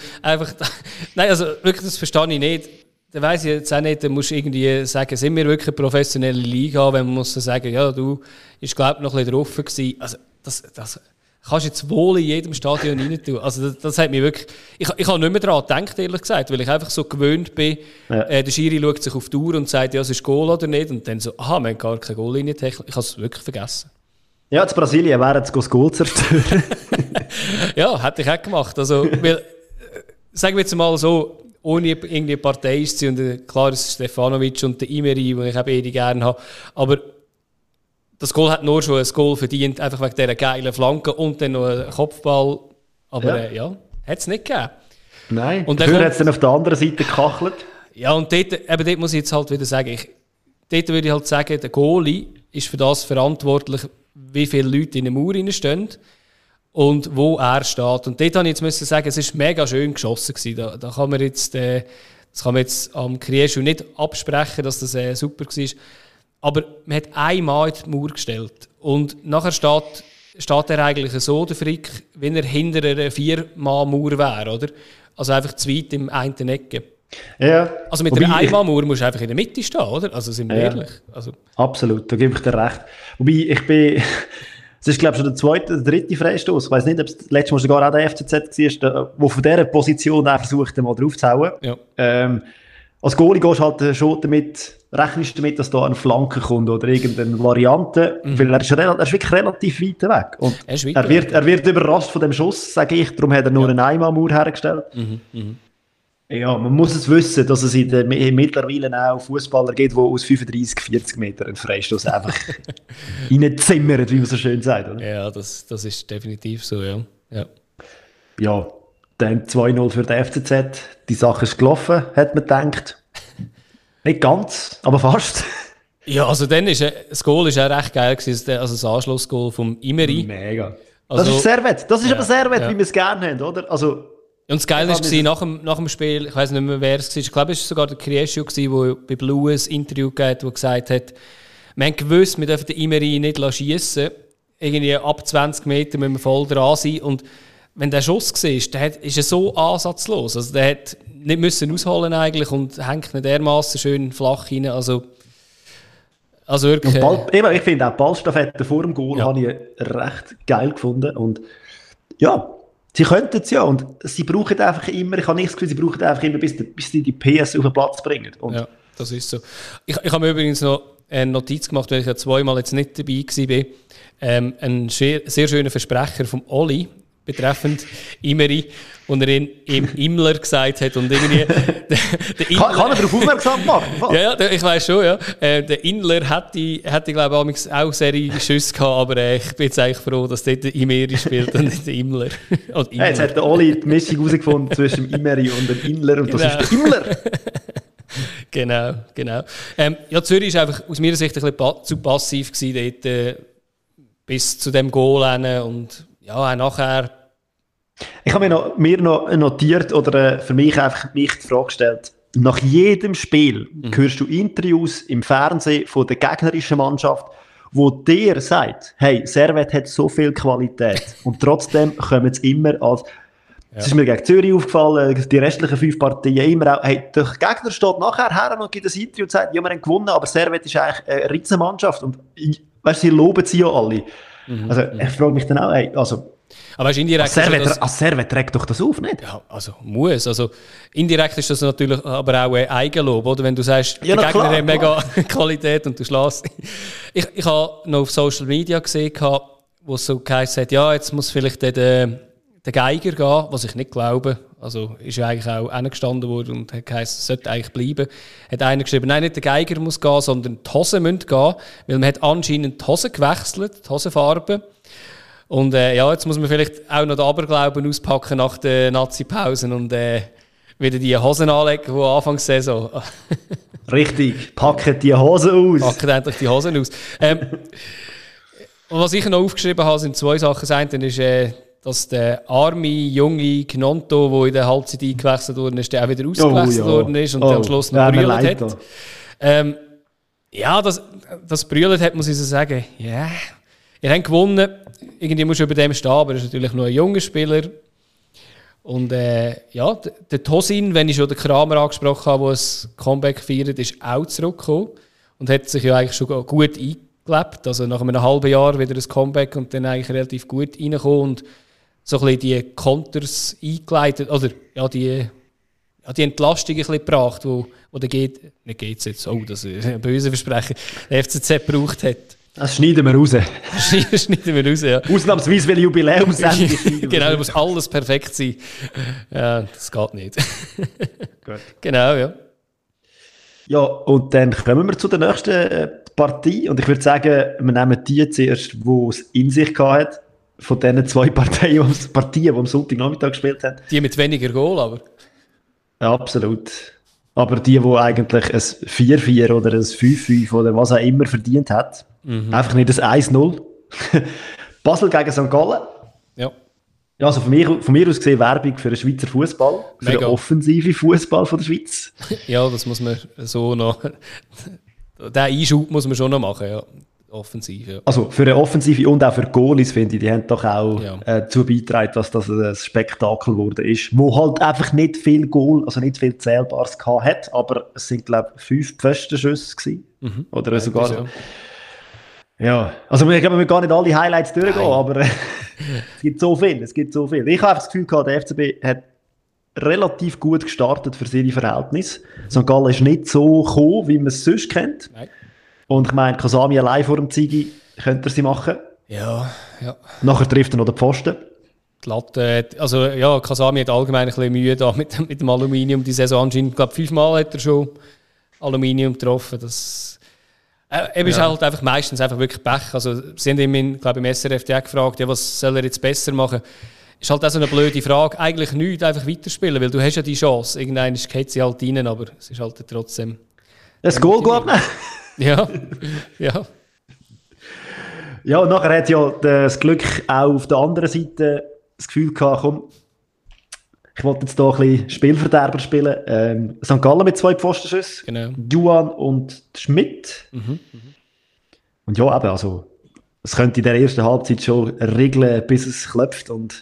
Nein, also wirklich, das verstehe ich nicht. Da weiss ich jetzt auch nicht, da musst du irgendwie sagen, sind wir wirklich eine professionelle Liga, wenn man muss sagen, ja, du bist, glaube ich, noch ein bisschen drauf gewesen. Also, das kannst du jetzt wohl in jedem Stadion rein tun. Also, das hat mich wirklich, ich habe nicht mehr daran gedacht, ehrlich gesagt, weil ich einfach so gewöhnt bin, der Schiri schaut sich auf die Uhr und sagt, ja, es ist Goal oder nicht, und dann so, aha, wir haben gar keine Goal-Linie-Technik. Ich habe es wirklich vergessen. Ja,
in Brasilien wäre jetzt das Goal zerstören.
Ja, hätte ich auch gemacht. Also, weil, sagen wir jetzt mal so, ohne irgendeine Partei zu sein. Und klar, es ist Stefanovic und der Imeri, den ich beide gerne habe. Aber das Goal hat nur schon ein Goal verdient, einfach wegen dieser geilen Flanke und dann noch einen Kopfball. Aber hat es nicht gegeben.
Nein, und dafür hat es dann auf der anderen Seite gekachelt.
Ja, und dort muss ich jetzt halt wieder sagen, dort würde ich halt sagen, der Goalie ist für das verantwortlich, wie viele Leute in der Mauer stehen. Und wo er steht. Und dort musste ich jetzt sagen, es war mega schön geschossen gewesen. Da kann man jetzt, das kann man jetzt am Krieschu nicht absprechen, dass das super war. Aber man hat einmal in die Mauer gestellt. Und nachher steht er eigentlich so, der Frick, wenn er hinter einer 4-Mann-Mauer wäre, oder? Also einfach zu weit im einen Ecke.
Ja.
Also mit einer Einmal-Mauer musst du einfach in der Mitte stehen, oder? Also sind wir ehrlich. Also.
Absolut, da gebe ich dir recht. Wobei, ich bin... Es ist, glaube ich, schon der zweite oder dritte Freistoß. Ich weiss nicht, ob es das letzte Mal sogar auch der FCZ war, der von dieser Position versucht, mal drauf zu hauen. Ja. Als Goalie gehst du halt schon damit rechnest du damit, dass da eine Flanke kommt oder irgendeine Variante? Weil er ist wirklich relativ weit weg. Und er wird überrascht von dem Schuss, sage ich. Darum hat er nur eine Einmalmauer hergestellt. Ja, man muss es wissen, dass es mittlerweile auch Fußballer gibt, die aus 35, 40 Metern einen Freistoß einfach reinzimmern, wie man so schön sagt. Oder?
Ja, das ist definitiv so, ja.
Ja, dann 2-0 für den FCZ. Die Sache ist gelaufen, hat man gedacht. Nicht ganz, aber fast.
Ja, also dann das Goal ist auch recht geil gewesen, also das Anschlussgoal vom Imeri.
Mega.
Also,
das ist Servet. Das ist aber Servet, wie wir es gerne haben, oder? Also,
und das Geile war nach dem Spiel, ich weiß nicht mehr, wer es war, ich glaube, es war sogar der Krieschu, der bei Blue ein Interview gegeben hat, der gesagt hat, wir haben gewusst, wir dürfen den Imeri nicht schiessen. Irgendwie ab 20 Metern müssen wir voll dran sein. Und wenn der Schuss war, ist er so ansatzlos. Also der hat nicht müssen ausholen eigentlich und hängt nicht dermaßen schön flach rein. Also wirklich.
Ich finde auch die Ballstaffette vor dem Goal habe ich recht geil gefunden. Und ja, sie könnten es ja. Und sie brauchen einfach immer, ich habe nicht das Gefühl, sie brauchen einfach immer, bis die PS auf den Platz bringen. Und
ja, das ist so. Ich habe mir übrigens noch eine Notiz gemacht, weil ich ja zweimal jetzt nicht dabei war. Ein sehr schöner Versprecher vom Oli betreffend Imeri, wo er ihm Immler gesagt hat und irgendwie der
Kann er darauf aufmerksam machen?
Ja, ich weiss schon, ja. Der Inler hätte glaube ich auch Serie Schüsse gehabt, aber ich bin jetzt eigentlich froh, dass dort der Imeri spielt und nicht der Immler.
Jetzt hat der Oli die Mischung herausgefunden zwischen dem Imeri und dem Inler und das ist der Immler.
Genau. Ja, Zürich war einfach aus meiner Sicht ein bisschen zu passiv gewesen dort, bis zu dem Goal und ja, auch nachher.
Ich habe mir noch notiert oder für mich einfach die Frage gestellt. Nach jedem Spiel hörst du Interviews im Fernsehen von der gegnerischen Mannschaft, wo dir sagt, hey, Servet hat so viel Qualität und trotzdem kommen es immer als... Es ist mir gegen Zürich aufgefallen, die restlichen 5 Partien immer auch, hey, der Gegner steht nachher her und gibt ein Interview und sagt, ja, wir haben gewonnen, aber Servet ist eigentlich eine Riesenmannschaft und weißt, sie loben sie ja alle. Also ich frage mich dann auch, hey, also...
Aber indirekt
Servet trägt doch das auf, nicht?
Ja, also muss. Also indirekt ist das natürlich aber auch ein Eigenlob, oder? Wenn du sagst,
ja,
der Gegner hat mega Qualität und du schlägst. Ich habe noch auf Social Media gesehen, wo es so geheißen hat, ja, jetzt muss vielleicht der Geiger gehen, was ich nicht glaube. Also ist ja eigentlich auch gestanden worden und hat geheißen, es sollte eigentlich bleiben. Hat einer geschrieben, nein, nicht der Geiger muss gehen, sondern die Hosen müssen gehen, weil man hat anscheinend die Hosen gewechselt, die Hosenfarbe. Und ja, jetzt muss man vielleicht auch noch den Aberglauben auspacken nach den Nazi-Pausen und wieder die Hosen anlegen, die Anfangssaison.
Richtig, packen die Hosen aus.
Packen endlich die Hosen aus. Und was ich noch aufgeschrieben habe, sind 2 Sachen. Das eine ist, dass der arme, junge Gnonto, der in der Halbzeit eingewechselt worden ist, der auch wieder ausgewechselt worden ist und der am Schluss noch brüllt hat. Ja, das brüllt hat, muss ich so sagen. Ja, ihr habt gewonnen. Irgendwie musst du über dem stehen, aber er ist natürlich noch ein junger Spieler. Und ja, der Tosin, wenn ich schon den Kramer angesprochen habe, der ein Comeback feiert, ist auch zurückgekommen und hat sich ja eigentlich schon gut eingelebt. Also nach einem halben Jahr wieder ein Comeback und dann eigentlich relativ gut reingekommen und so ein bisschen die Konters eingeleitet, oder ja, die Entlastung ein bisschen gebracht, wo der GZ jetzt, oh, das ist ein böser Versprechen, der FCZ gebraucht hat.
Das schneiden wir raus.
Schneiden wir raus, ja.
Ausnahmsweise will Jubiläumssendung.
Genau, da muss alles perfekt sein. Ja, das geht nicht.
Gut.
Genau, ja.
Ja, und dann kommen wir zu der nächsten Partie. Und ich würde sagen, wir nehmen die zuerst, die es in sich gehabt, von diesen 2 Partien, die am Sonntagnachmittag gespielt haben.
Die mit weniger Goal, aber?
Ja, absolut. Aber die eigentlich ein 4-4 oder ein 5-5 oder was auch immer verdient hat. Einfach nicht ein 1-0. Basel gegen St. Gallen.
Ja.
Ja, also von mir aus gesehen Werbung für den Schweizer Fußball, für den offensiven Fußball von der Schweiz.
Ja, das muss man so noch. Den Einschub muss man schon noch machen, ja. Offensiv, ja. Also
für eine Offensive und auch für Goalies, finde ich, die haben doch auch dazu beigetragen, dass das ein Spektakel geworden ist. Wo halt einfach nicht viel Goal, also nicht viel Zählbares gehabt hat, aber es sind, glaube ich, 5 Pfostenschüsse gewesen. Oder ja, sogar. Ja. Ja, also ich glaube, wir gar nicht alle Highlights durchgehen, aber es gibt so viel. Ich habe einfach das Gefühl gehabt, der FCB hat relativ gut gestartet für seine Verhältnisse. St. Gallen ist nicht so gekommen, wie man es sonst kennt.
Nein.
Und ich meine, Kasami allein vor dem Ziggy könnte er sie machen.
Ja.
Nachher trifft er noch den Pfosten.
Die Latte, also ja, Kasami hat allgemein ein bisschen Mühe da mit dem Aluminium. Die Saison anscheinend, ich glaube, 5-mal hat er schon Aluminium getroffen. Das ist halt einfach meistens einfach wirklich Pech. Also, sie haben ihn, glaube ich, im SRF auch gefragt, ja, was soll er jetzt besser machen? Ist halt auch so eine blöde Frage. Eigentlich nichts, einfach weiterspielen, weil du hast ja die Chance. Irgendwann geht sie halt rein, aber es ist halt trotzdem...
Das Goal geht nicht.
Ja.
Ja, und nachher hat ja das Glück auch auf der anderen Seite das Gefühl gehabt, komm, ich wollte jetzt hier ein bisschen Spielverderber spielen. St. Gallen mit 2 Pfostenschüssen.
Genau.
Juan und Schmidt. Und ja, eben, also, es könnte in der ersten Halbzeit schon regeln, bis es klopft. Und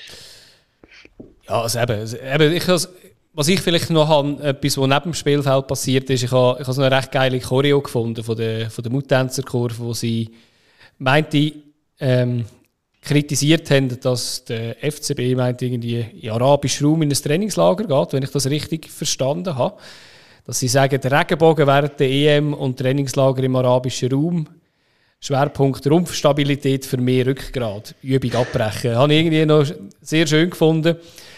ja, also eben was ich vielleicht noch habe, etwas, was neben dem Spielfeld passiert ist, ich habe so eine recht geile Choreo gefunden von der Muttänzer-Kurve, wo sie meinte, kritisiert haben, dass der FCB meint, irgendwie in arabischen Raum in ein Trainingslager geht, wenn ich das richtig verstanden habe. Dass sie sagen, der Regenbogen während der EM und Trainingslager im arabischen Raum, Schwerpunkt Rumpfstabilität für mehr Rückgrat, Übung abbrechen. Habe ich irgendwie noch sehr schön gefunden.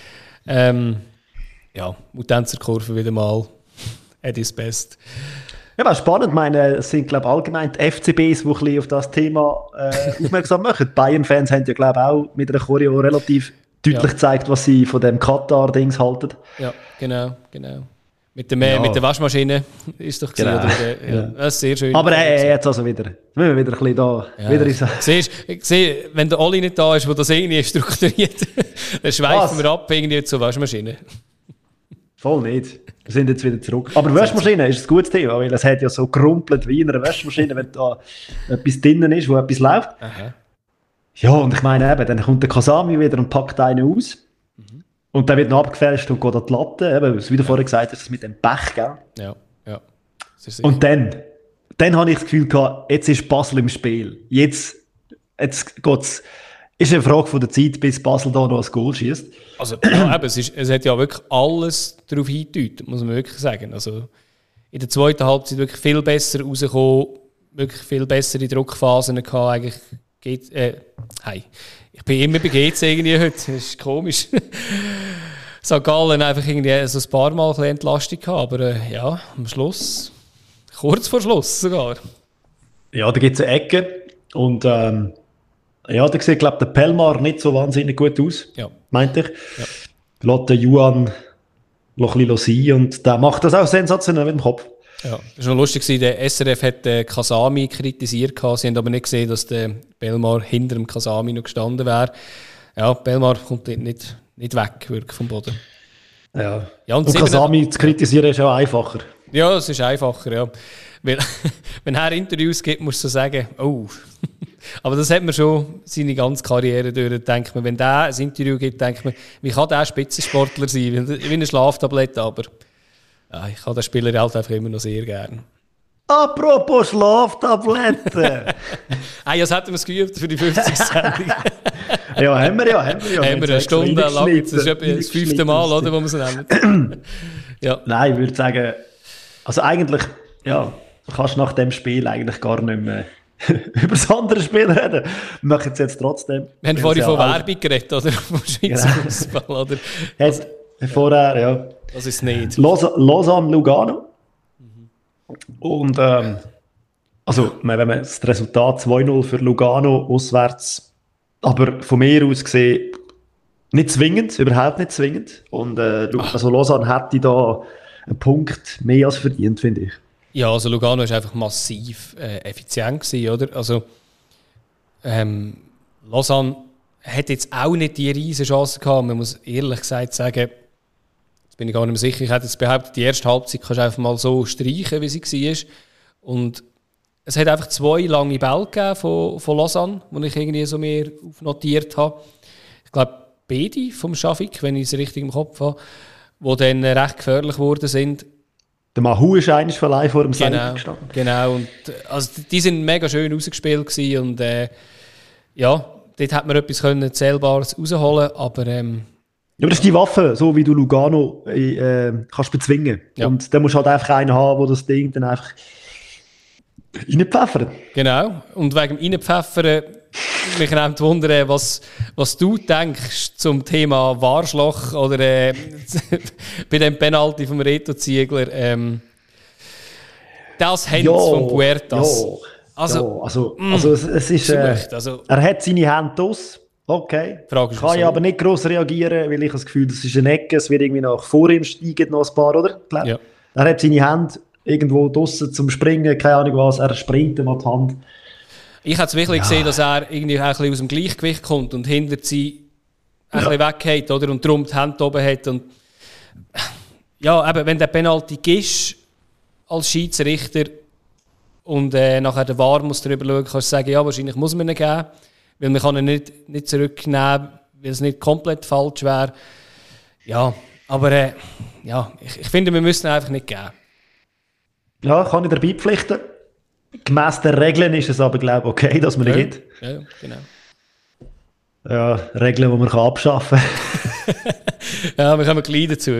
Ja, Muttänzerkurve wieder mal at its best.
ja, was spannend, ich meine, es sind, glaube ich, allgemein die FCBs, die ein bisschen auf das Thema aufmerksam machen. Die Bayern-Fans haben ja, glaube ich, auch mit einer Choreo relativ deutlich gezeigt, was sie von dem Katar-Dings halten.
Ja, genau. Mit der Waschmaschine ist doch
Genau.
Das ist sehr schön.
Aber jetzt also wieder. Jetzt müssen wir wieder ein bisschen da.
Ja.
Wieder in
Siehst, wenn der Oli nicht da ist, der das irgendwie strukturiert, dann schweifen wir ab irgendwie zur Waschmaschine.
Voll nicht. Wir sind jetzt wieder zurück. Aber Waschmaschine ist ein gutes Thema, weil es hat ja so gerumpelt wie in einer Waschmaschine, wenn da etwas drinnen ist, wo etwas läuft.
Aha.
Ja, und ich meine eben, dann kommt der Kasami wieder und packt einen aus. Und dann wird noch abgefälscht und geht an die Latte. Eben, wie du vorher gesagt hast, das mit dem Pech, gell?
Ja. Das ist
Und dann habe ich das Gefühl gehabt, jetzt ist Basel im Spiel. Jetzt geht's. Ist eine Frage von der Zeit, bis Basel da noch ein Goal schießt.
Also, ja, eben, es hat ja wirklich alles darauf hingedeutet, muss man wirklich sagen. Also, in der zweiten Halbzeit wirklich viel besser rausgekommen, wirklich viel bessere Druckphasen gehabt. Eigentlich ich bin immer bei GC irgendwie heute, das ist komisch. St. Gallen einfach irgendwie so ein paar Mal ein bisschen Entlastung gehabt, aber ja, am Schluss, kurz vor Schluss sogar.
Ja, da gibt es eine Ecke und ja, da sieht, glaube ich, der Pelmar nicht so wahnsinnig gut aus, meinte ich. Ja. Lässt den Juan noch ein bisschen sein und der macht das auch sensationell mit dem Kopf.
Ja, das war noch lustig, der SRF hat Kasami kritisiert, sie haben aber nicht gesehen, dass der Pelmar hinter dem Kasami noch gestanden wäre. Ja, Pelmar kommt nicht weg wirklich vom Boden.
Ja, und Kasami zu kritisieren ist auch einfacher.
Ja, es ist einfacher, ja. Weil, wenn er Interviews gibt, musst du sagen, oh. Aber das hat man schon seine ganze Karriere durch. Denkt man, wenn der ein Interview gibt, denkt man, wie kann der Spitzensportler sein? Wie eine Schlaftablette, aber ja, ich habe den Spieler halt einfach immer noch sehr gern.
Apropos Schlaftabletten!
Das hätten wir es geübt für die 50. Sendung.
Ja, haben wir ja.
Haben wir eine Stunde lang, jetzt ist das 5. Mal, oder, wo wir es nennen. Ja. Nein,
ich würde sagen, also eigentlich, ja, kannst du nach dem Spiel eigentlich gar nicht mehr über das andere Spiel reden. Wir machen es jetzt trotzdem.
Wir haben vorhin von Werbung geredet, oder? Vom Schweizer Fußball, oder?
Vorher, ja.
Das ist nicht.
Lausanne-Lugano. Und also, wenn man das Resultat 2-0 für Lugano auswärts, aber von mir aus gesehen nicht zwingend, überhaupt nicht zwingend. Und also Lausanne hätte da einen Punkt mehr als verdient, finde ich.
Ja, also Lugano war einfach massiv effizient gewesen, oder? Also Lausanne hat jetzt auch nicht die riesen Chance gehabt. Man muss ehrlich gesagt sagen, jetzt bin ich gar nicht mehr sicher, ich hätte jetzt behauptet, die erste Halbzeit kannst du einfach mal so streichen, wie sie war. Und es hat einfach 2 lange Bälle gegeben von Lausanne, die ich irgendwie so mehr aufnotiert habe. Ich glaube, beide vom Schafik, wenn ich es richtig im Kopf habe, die dann recht gefährlich geworden sind.
Der Mahu ist eigentlich verleihen vor dem Sendung gestanden.
Genau, und also die sind mega schön rausgespielt gewesen und ja, dort hat man etwas Zählbares rausholen, aber
Ja, aber das ist die Waffe, so wie du Lugano kannst bezwingen.
Ja.
Und dann musst du halt einfach einen haben, der das Ding dann einfach reinpfeffert.
Genau. Und wegen dem Reinpfeffern, mich nimmt wundern, was du denkst zum Thema Warschloch oder bei dem Penalty vom Reto Ziegler. Das Hands von Puertas.
Also es ist... er hat seine Hände aus. Okay.
Frage
kann ich aber nicht gross reagieren, weil ich habe das Gefühl, das ist eine Ecke, es wird irgendwie noch vor ihm steigen, noch ein paar, oder?
Ja.
Er hat seine Hände irgendwo draussen zum Springen, keine Ahnung was, er springt ihm an die Hand.
Ich habe es wirklich gesehen, dass er irgendwie auch ein bisschen aus dem Gleichgewicht kommt und hinter sie ein bisschen weggeht, oder? Und darum die Hände oben hat. Und ja, eben, wenn der Penalty gibst als Schiedsrichter und nachher der VAR muss darüber schauen, kannst du sagen, ja, wahrscheinlich muss man ihn geben, weil man kann ihn nicht zurücknehmen, weil es nicht komplett falsch wäre. Ja, aber ja, ich finde, wir müssen ihn einfach nicht geben.
Ja, kann ich dabei pflichten. Gemäss der Regeln ist es aber, glaube ich, okay, dass man ihn gibt.
Ja, genau.
Ja, Regeln, die man abschaffen kann.
Ja, wir kommen gleich dazu.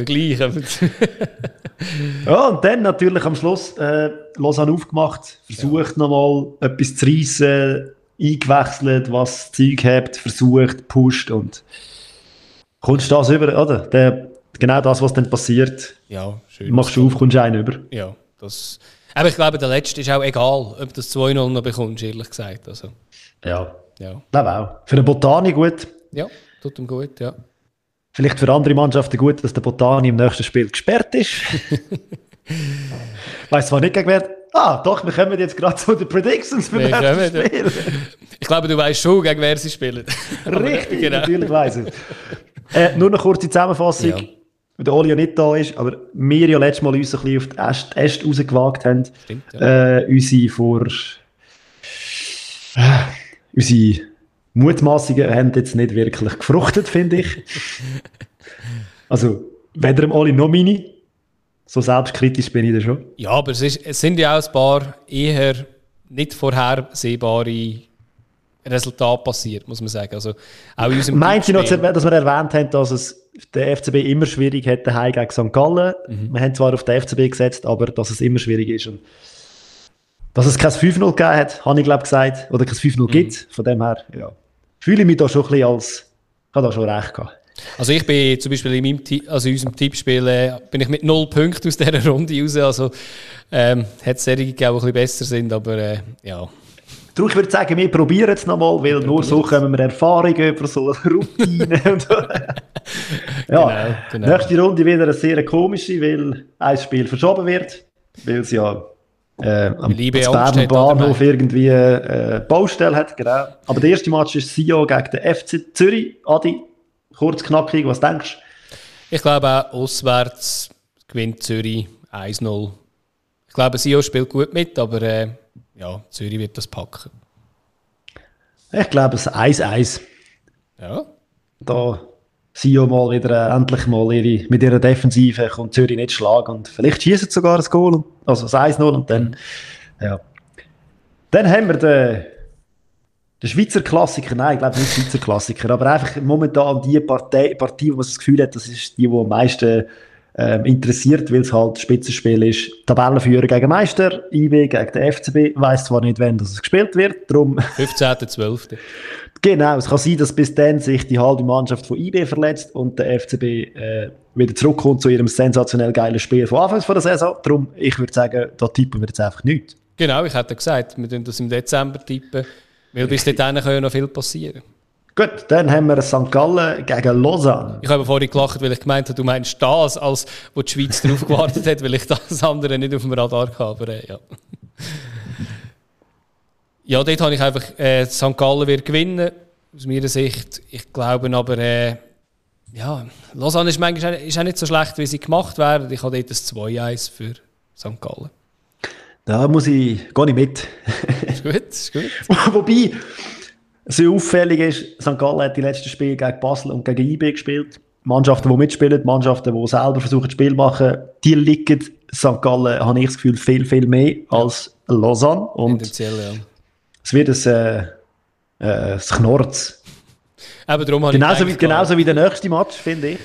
Ja, und dann natürlich am Schluss Lausanne aufgemacht, versucht nochmal etwas zu reissen, eingewechselt, was das Zeug hat, versucht, pusht und kommst du das über, oder? Genau das, was dann passiert,
ja, schön.
Machst du auf, kommst du einen über.
Ja, das... Aber ich glaube, der Letzte ist auch egal, ob du das 2-0 noch bekommst, ehrlich gesagt. Also,
ja.
Ja.
Glaube auch. Für den Botani gut.
Ja, tut ihm gut, ja.
Vielleicht für andere Mannschaften gut, dass der Botani im nächsten Spiel gesperrt ist. Ich weiss zwar nicht gegen wer... Doch, wir kommen jetzt gerade zu den Predictions für das nächste Spiel.
Ich glaube, du weißt schon, gegen wer sie spielen.
Richtig, genau. Natürlich weiss ich. Nur eine kurze Zusammenfassung.
Ja.
Weil der Oli ja nicht da ist, aber wir ja letztes Mal uns ein bisschen auf die Äste rausgewagt haben.
Stimmt, ja.
Unsere Mutmaßungen haben jetzt nicht wirklich gefruchtet, finde ich. Also, weder dem Oli noch meine. So selbstkritisch bin ich da schon.
Ja, aber es sind ja auch ein paar eher nicht vorhersehbare Resultate passiert, muss man sagen. Also, auch in unserem
Meint ihr noch,
Tippspiel-
dass wir erwähnt haben, dass es der FCB immer schwierig hätte daheim gegen St. Gallen? Wir haben zwar auf den FCB gesetzt, aber dass es immer schwierig ist. Und dass es kein 5-0 gegeben hat, habe ich glaube gesagt. Oder kein 5-0 gibt. Von dem her, ja. Fühle ich mich da schon ein bisschen als... Ich habe da schon recht gehabt.
Also ich bin zum Beispiel in unserem Tippspiel bin ich mit 0 Punkten aus dieser Runde raus. Also hat es Serien gegeben, die ein bisschen besser sind, aber ja.
Darum, ich würde sagen, wir probieren es nochmal, weil nur so kommen wir Erfahrung über so Routinen. Und ja,
Genau.
Nächste Runde wieder eine sehr komische, weil ein Spiel verschoben wird, weil es ja am
IB
Berner
Angst hat,
Bahnhof
oder?
irgendwie Baustelle hat. Genau. Aber der erste Match ist Sion gegen den FC Zürich. Adi, kurz knackig, was denkst du?
Ich glaube auch, auswärts gewinnt Zürich 1-0. Ich glaube, Sion spielt gut mit, aber ja, Zürich wird das packen.
Ich glaube, es ist 1-1.
Ja.
Da Sion mal wieder endlich mal mit ihrer Defensive kommt Zürich nicht schlagen und vielleicht schießen sie sogar ein Goal, also das 1-0 und dann, ja. Dann haben wir den Schweizer Klassiker, nein, ich glaube nicht Schweizer Klassiker, aber einfach momentan die Partie, wo man das Gefühl hat, das ist die am meisten interessiert, weil es halt Spitzenspiel ist. Tabellenführer gegen Meister, IB gegen den FCB, weiss zwar nicht, wann das gespielt wird, darum...
15.12.
Genau, es kann sein, dass bis dann sich die halbe Mannschaft von IB verletzt und der FCB wieder zurückkommt zu ihrem sensationell geilen Spiel von Anfangs der Saison. Darum, ich würde sagen, da tippen wir jetzt einfach nichts.
Genau, ich hätte gesagt, wir tippen das im Dezember tippen, weil bis dahin kann ja noch viel passieren.
Gut, dann haben wir St. Gallen gegen Lausanne.
Ich habe vorhin gelacht, weil ich gemeint habe, du meinst das, als wo die Schweiz darauf gewartet hat, weil ich das andere nicht auf dem Radar hatte. Aber ja. Ja, dort habe ich einfach, St. Gallen wird gewinnen, aus meiner Sicht. Ich glaube aber, ja, Lausanne ist manchmal ist auch nicht so schlecht, wie sie gemacht werden. Ich habe dort ein 2-1 für St. Gallen.
Da gehe ich mit.
Ist gut, ist gut.
Wobei, so auffällig ist, St. Gallen hat die letzten Spiele gegen Basel und gegen IB gespielt. Mannschaften, die mitspielen, Mannschaften, die selber versuchen, das Spiel zu machen, die liegen St. Gallen, habe ich das Gefühl, viel, viel mehr als Lausanne. Und
Tendenziell, ja.
es wird ein Knorz.
Eben darum habe
Genauso wie der nächste Match, finde ich.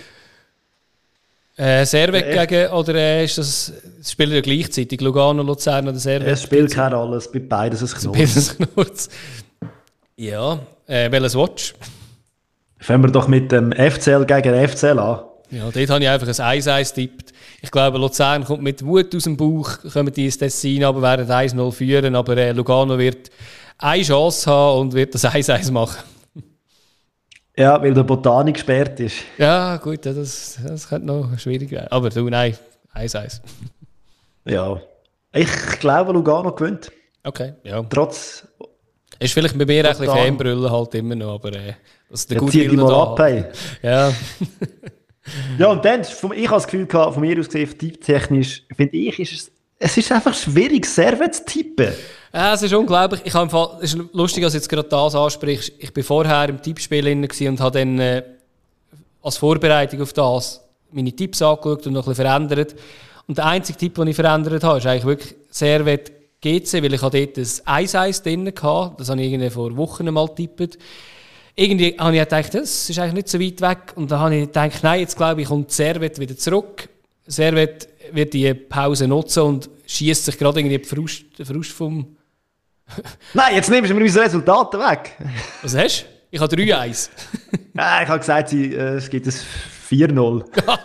Servet gegen, oder ist das spielen ja gleichzeitig, Lugano, Luzern oder Servet?
Es spielt kein alles, bei beides ein Knurz.
Ja, welches Watch?
Fangen wir doch mit dem FCL gegen FCL an.
Ja, dort habe ich einfach ein 1-1 tippt. Ich glaube, Luzern kommt mit Wut aus dem Bauch, kommen die ins Tessin, aber werden 1-0 führen, aber Lugano wird eine Chance haben und wird das 1-1 machen.
Ja, weil der Botanik gesperrt ist.
Ja, gut, das könnte noch schwierig werden. Aber du, nein, 1-1.
Ja, ich glaube, Lugano gewinnt.
Okay, ja.
Trotz...
Ist vielleicht bei mir ein bisschen Fanbrüllen halt immer noch, aber dass der
gut zieht die mal ab, hey.
Ja.
Ja, und dann, ich habe das Gefühl gehabt, von mir aus gesehen, tipptechnisch, finde ich, es ist einfach schwierig, Servet zu tippen.
Ja, es ist unglaublich. Es ist lustig, dass du jetzt gerade das ansprichst. Ich war vorher im Tippspiel drin und habe dann als Vorbereitung auf das meine Tipps angeschaut und noch ein bisschen verändert. Und der einzige Tipp, den ich verändert habe, ist eigentlich wirklich Servet GC, weil ich dort ein 1-1 drin hatte. Das habe ich irgendwie vor Wochen mal getippt. Irgendwie habe ich gedacht, das ist eigentlich nicht so weit weg. Und dann habe ich gedacht, nein, jetzt glaube ich, kommt Servet wieder zurück. Servet wird die Pause nutzen und schießt sich gerade irgendwie den Frust vom...
Nein, jetzt nimmst du mir unsere Resultate weg.
Was hast du? Ich habe 3-1.
Nein, ich habe gesagt, es gibt ein 4-0.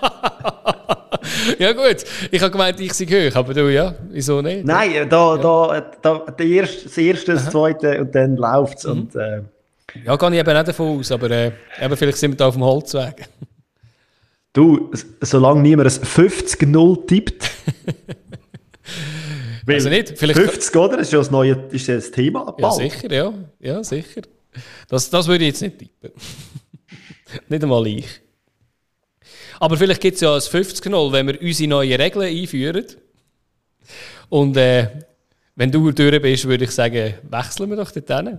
Ja gut, ich habe gemeint, ich sei hoch, aber du, ja, wieso nicht?
Nein, das erste, das zweite und dann läuft es. Und,
ja, gehe ich eben nicht davon aus, aber eben vielleicht sind wir da auf dem Holzweg.
Du, solange niemand ein 50-0 tippt.
Also nicht, vielleicht
50, oder? Das ist ja das neue Thema. Bald.
Ja, sicher, ja. Ja, sicher. Das würde ich jetzt nicht tippen. Nicht einmal ich. Aber vielleicht gibt es ja ein 50-0, wenn wir unsere neuen Regeln einführen. Und wenn du durch bist, würde ich sagen, wechseln wir doch dorthin.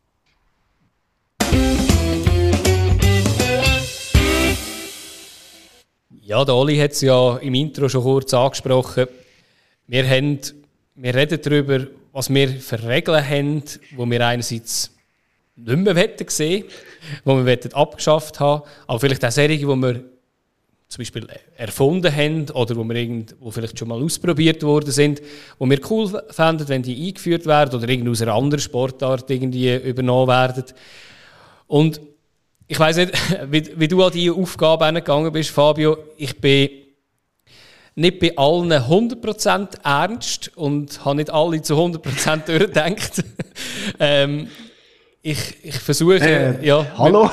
Ja, der Oli hat es ja im Intro schon kurz angesprochen. Wir reden darüber, was wir für Regeln haben, die wir einerseits nicht mehr sehen wollen, die wir abgeschafft haben, aber vielleicht auch solche, die wir zum Beispiel erfunden haben oder die vielleicht schon mal ausprobiert worden sind, die wir cool fänden, wenn die eingeführt werden oder irgendwie aus einer anderen Sportart irgendwie übernommen werden. Und ich weiss nicht, wie du an diese Aufgabe angegangen bist, Fabio. Ich bin nicht bei allen 100% ernst und habe nicht alle zu 100% durchgedacht. Ich versuche... ja,
hallo?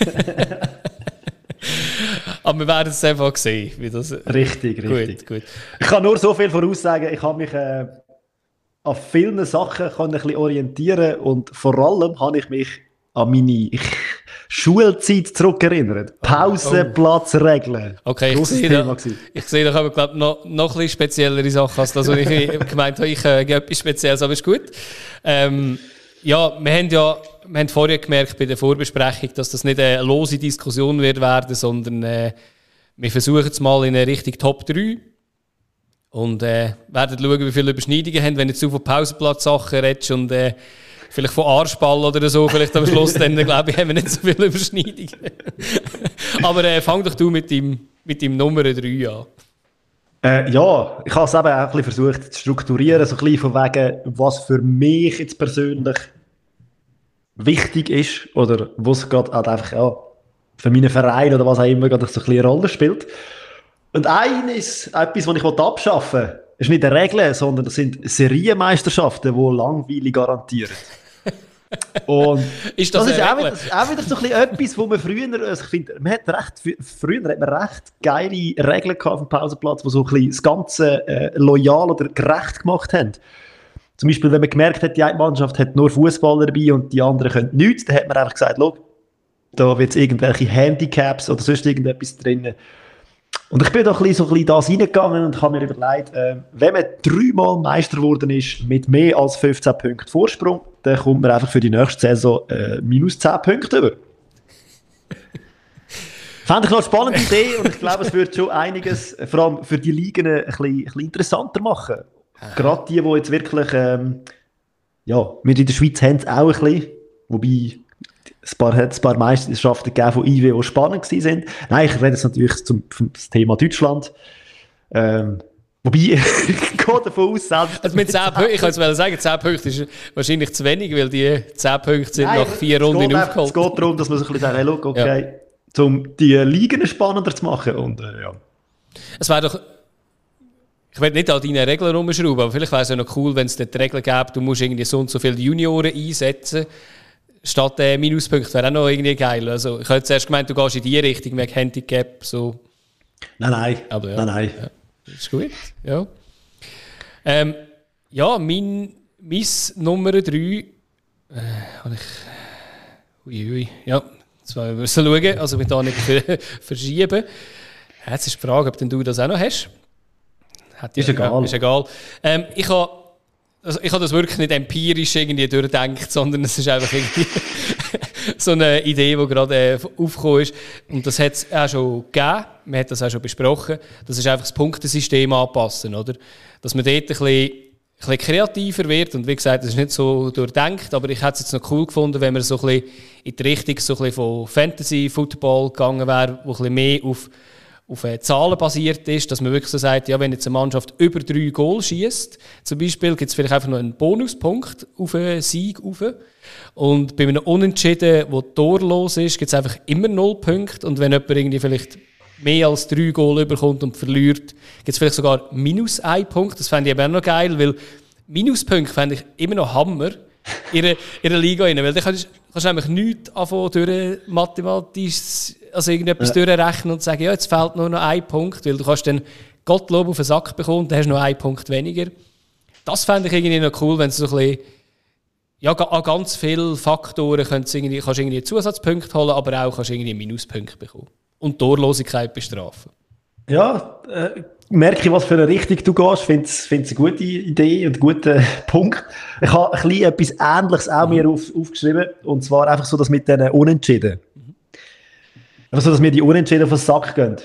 Aber wir werden es einfach sehen. Wie das,
richtig.
Gut.
Ich kann nur so viel voraussagen. Ich habe mich an vielen Sachen ein bisschen orientieren und vor allem habe ich mich an meine Schulzeit zurückerinnert. Pausenplatzregeln.
Okay, ich sehe doch aber glaube noch ein bisschen speziellere Sachen als das, was ich gemeint habe. Ich gebe etwas Spezielles, aber ist gut. Ja, wir haben vorher gemerkt bei der Vorbesprechung, dass das nicht eine lose Diskussion wird werden, sondern wir versuchen es mal in eine Richtung Top 3 und werden schauen, wie viele Überschneidungen haben, wenn du jetzt von Pausenplatz-Sachen redest und vielleicht von Arschball oder so, vielleicht am Schluss, dann glaube ich, haben wir nicht so viele Überschneidungen. Aber fang doch du mit dem Nummer 3 an.
Ja, ich habe es eben auch ein bisschen versucht zu strukturieren, so ein bisschen von wegen, was für mich jetzt persönlich wichtig ist oder was gerade halt einfach für meinen Verein oder was auch immer gerade so ein bisschen eine Rolle spielt. Und etwas, was ich abschaffen will, ist nicht eine Regel, sondern das sind Serienmeisterschaften, die Langweile garantieren. Und ist das ist auch wieder so ein bisschen etwas, wo man früher, also ich finde, früher hat man recht geile Regeln gehabt auf dem Pausenplatz, die so ein bisschen das Ganze loyal oder gerecht gemacht haben. Zum Beispiel, wenn man gemerkt hat, die eine Mannschaft hat nur Fußballer dabei und die anderen können nichts, dann hat man einfach gesagt, schau, da wird es irgendwelche Handicaps oder sonst irgendetwas drin. Und ich bin da so ein bisschen das reingegangen und habe mir überlegt, wenn man 3-mal Meister geworden ist mit mehr als 15 Punkten Vorsprung, dann kommt man einfach für die nächste Saison minus 10 Punkte über. Fände ich noch eine spannende Idee und ich glaube, es würde schon einiges, vor allem für die Ligen, ein bisschen interessanter machen. Gerade die jetzt wirklich, wir in der Schweiz haben es auch ein bisschen, wobei hat ein paar Meisterschaften gegeben von IW, die spannend waren. Nein, ich rede jetzt natürlich zum Thema Deutschland. Wobei, ich gehe davon aus, selbst...
Also mit 10 Punkten, ich kann jetzt sagen, 10 Punkte ist wahrscheinlich zu wenig, weil die 10 Punkte sind nach 4 Runden aufgeholt.
Es geht darum, dass man sich ein bisschen sagt, hey, look, okay, um die Ligen spannender zu machen. Und, ja.
Es wäre doch... Ich will nicht an deinen Regeln rumschrauben, aber vielleicht wäre es ja noch cool, wenn es dort die Regel gäbe, du musst irgendwie so und so viele Junioren einsetzen, statt Minuspunkte. Wäre auch noch irgendwie geil. Also, ich hätte zuerst gemeint, du gehst in die Richtung, wegen Handicap, so.
Nein.
Aber ja.
Nein.
Ja. Das ist gut, ja. Ja, mein Nummer 3 habe ich... Uiui, ja, jetzt wollen wir schauen, also wir da nicht verschieben. Jetzt ist die Frage, ob denn du das auch noch hast.
Ist egal.
Ist egal. Ich habe das wirklich nicht empirisch irgendwie durchgedacht, sondern es ist einfach irgendwie so eine Idee, die gerade aufgekommen ist. Und das hat es auch schon gegeben, man hat das auch schon besprochen. Das ist einfach das Punktesystem anpassen, oder? Dass man dort ein bisschen kreativer wird. Und wie gesagt, das ist nicht so durchdenkt, aber ich hätte es jetzt noch cool gefunden, wenn man so ein bisschen in die Richtung so ein bisschen von Fantasy-Football gegangen wäre, wo ein bisschen mehr auf Zahlen basiert ist, dass man wirklich so sagt, ja, wenn jetzt eine Mannschaft über 3 Goal schießt, zum Beispiel, gibt es vielleicht einfach noch einen Bonuspunkt auf einen Sieg rauf. Und bei einem Unentschieden, wo torlos ist, gibt es einfach immer 0 Punkte. Und wenn jemand irgendwie vielleicht mehr als 3 Goal überkommt und verliert, gibt es vielleicht sogar minus 1 Punkt. Das fände ich eben auch noch geil, weil Minuspunkte fände ich immer noch Hammer in einer Liga rein. Weil dann kannst du nämlich nichts anfangen durch mathematisch, also irgendetwas durchrechnen und sagen, ja, jetzt fehlt nur noch 1 Punkt, weil du kannst dann Gottlob auf den Sack bekommen, dann hast du noch 1 Punkt weniger. Das fände ich irgendwie noch cool, wenn es so ein bisschen, ja, an ganz vielen Faktoren kannst du irgendwie Zusatzpunkte holen, aber auch kannst du irgendwie Minuspunkte bekommen. Und Torlosigkeit bestrafen.
Ja, merke ich, was für eine Richtung du gehst. Ich finde es eine gute Idee und einen guten Punkt. Ich habe ein bisschen etwas Ähnliches auch mir aufgeschrieben. Und zwar einfach so, dass mit diesen Unentschieden. Einfach so, dass mir die Unentschieden auf den Sack gehen.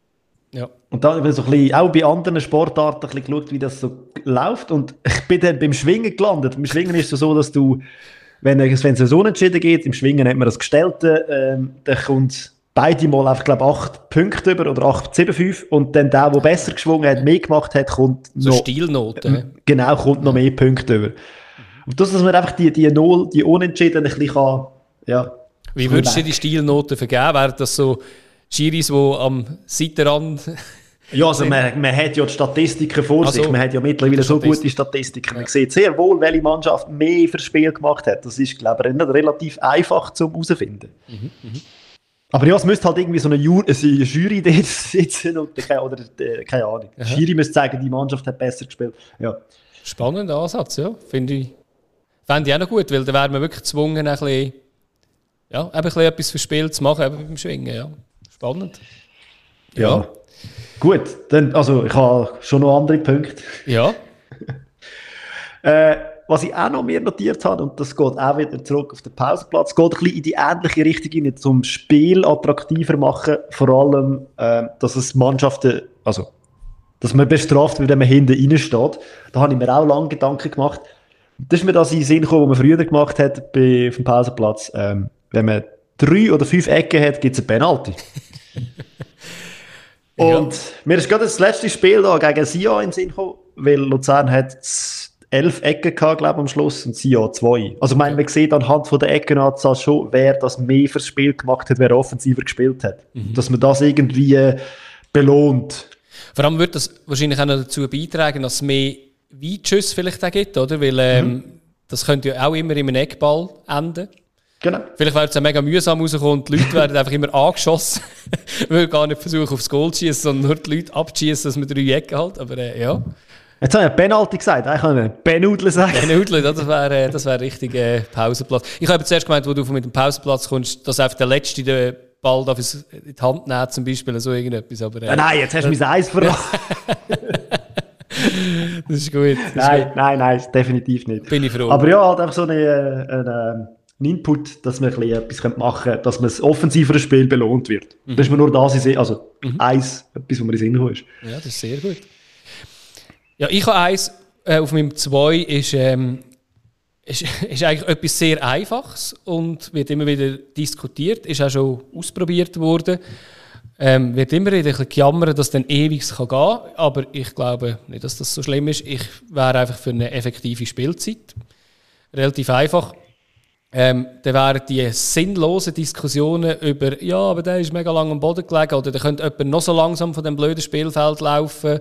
Ja. Und
dann habe ich so ein bisschen, auch bei anderen Sportarten ein bisschen geschaut, wie das so läuft. Und ich bin dann beim Schwingen gelandet. Beim Schwingen ist es so, dass du, wenn es so Unentschieden geht, im Schwingen hat man das Gestellte, dann kommt beide mal einfach, glaube 8 Punkte über oder 8,75 und dann der besser geschwungen hat, mehr gemacht hat, kommt
so
noch...
Stilnoten.
Genau, kommt noch mehr Punkte über. Und das, dass man einfach die Unentschieden ein bisschen kann, ja...
Wie würdest du die Stilnoten vergeben? Wären das so Schiris, die am Seitenrand...
Ja, also man hat ja die Statistiken vor sich. Man hat ja mittlerweile so gute Statistiken. Man sieht sehr wohl, welche Mannschaft mehr fürs Spiel gemacht hat. Das ist, glaube ich, relativ einfach zum herausfinden. Aber ja, es müsste halt irgendwie so eine Jury dort sitzen oder keine Ahnung. Die Jury müsste sagen, die Mannschaft hat besser gespielt. Ja.
Spannender Ansatz, ja. Fände ich auch noch gut, weil dann wäre man wirklich gezwungen, ein bisschen etwas für Spiel zu machen, eben beim Schwingen. Ja. Spannend.
Ja. Gut, dann, also ich habe schon noch andere Punkte.
Ja.
Was ich auch noch mir notiert habe, und das geht auch wieder zurück auf den Pausenplatz, geht ein bisschen in die ähnliche Richtung rein, zum Spiel attraktiver machen, vor allem, dass es Mannschaften, also, dass man bestraft wird, wenn man hinten reinsteht. Da habe ich mir auch lange Gedanken gemacht. Das ist mir das in den Sinn gekommen, was man früher gemacht hat auf dem Pausenplatz. Wenn man 3 oder 5 Ecken hat, gibt es eine Penalty. Und mir ist gerade das letzte Spiel da gegen Sion in den Sinn gekommen, weil Luzern hat 11 Ecken gehabt, glaube ich, am Schluss und Sion 2. Also ich meine, man sieht anhand von der Eckenanzahl schon, wer das mehr fürs Spiel gemacht hat, wer offensiver gespielt hat. Dass man das irgendwie belohnt.
Vor allem wird das wahrscheinlich auch noch dazu beitragen, dass es mehr Weitschüsse vielleicht auch gibt, oder? Weil das könnte ja auch immer in einem Eckball enden.
Genau.
Vielleicht wäre es ja mega mühsam rausgekommen und die Leute werden einfach immer angeschossen. Weil gar nicht versuchen, aufs Goal zu schießen, sondern nur die Leute abzuschießen, dass man 3 Ecken hat. Aber ja.
Jetzt habe ich Penalty gesagt, ich kann Penudle sagen.
Penudle, das wäre richtig Pausenplatz. Ich habe zuerst gemeint, wo du mit dem Pausenplatz kommst, dass einfach der Letzte den Ball in die Hand nimmt, zum Beispiel, so irgendetwas. Aber,
nein, jetzt hast du mein Eis verraten.
Das ist gut.
Nein, definitiv nicht.
Bin ich froh.
Aber ja, halt einfach so ein Input, dass man etwas machen könnte, dass man das offensivere Spiel belohnt wird. Das ist mir nur das, etwas, was mir in den Sinn gekommen ist.
Ja, das ist sehr gut. Ja, ich habe eins, auf meinem 2 ist, ist eigentlich etwas sehr Einfaches und wird immer wieder diskutiert, ist auch schon ausprobiert worden. Wird immer wieder ein bisschen gejammert, dass es dann ewig gehen kann, aber ich glaube nicht, dass das so schlimm ist. Ich wäre einfach für eine effektive Spielzeit. Relativ einfach. Dann wären die sinnlosen Diskussionen über, ja, aber der ist mega lang am Boden gelegen oder der könnte jemand noch so langsam von dem blöden Spielfeld laufen,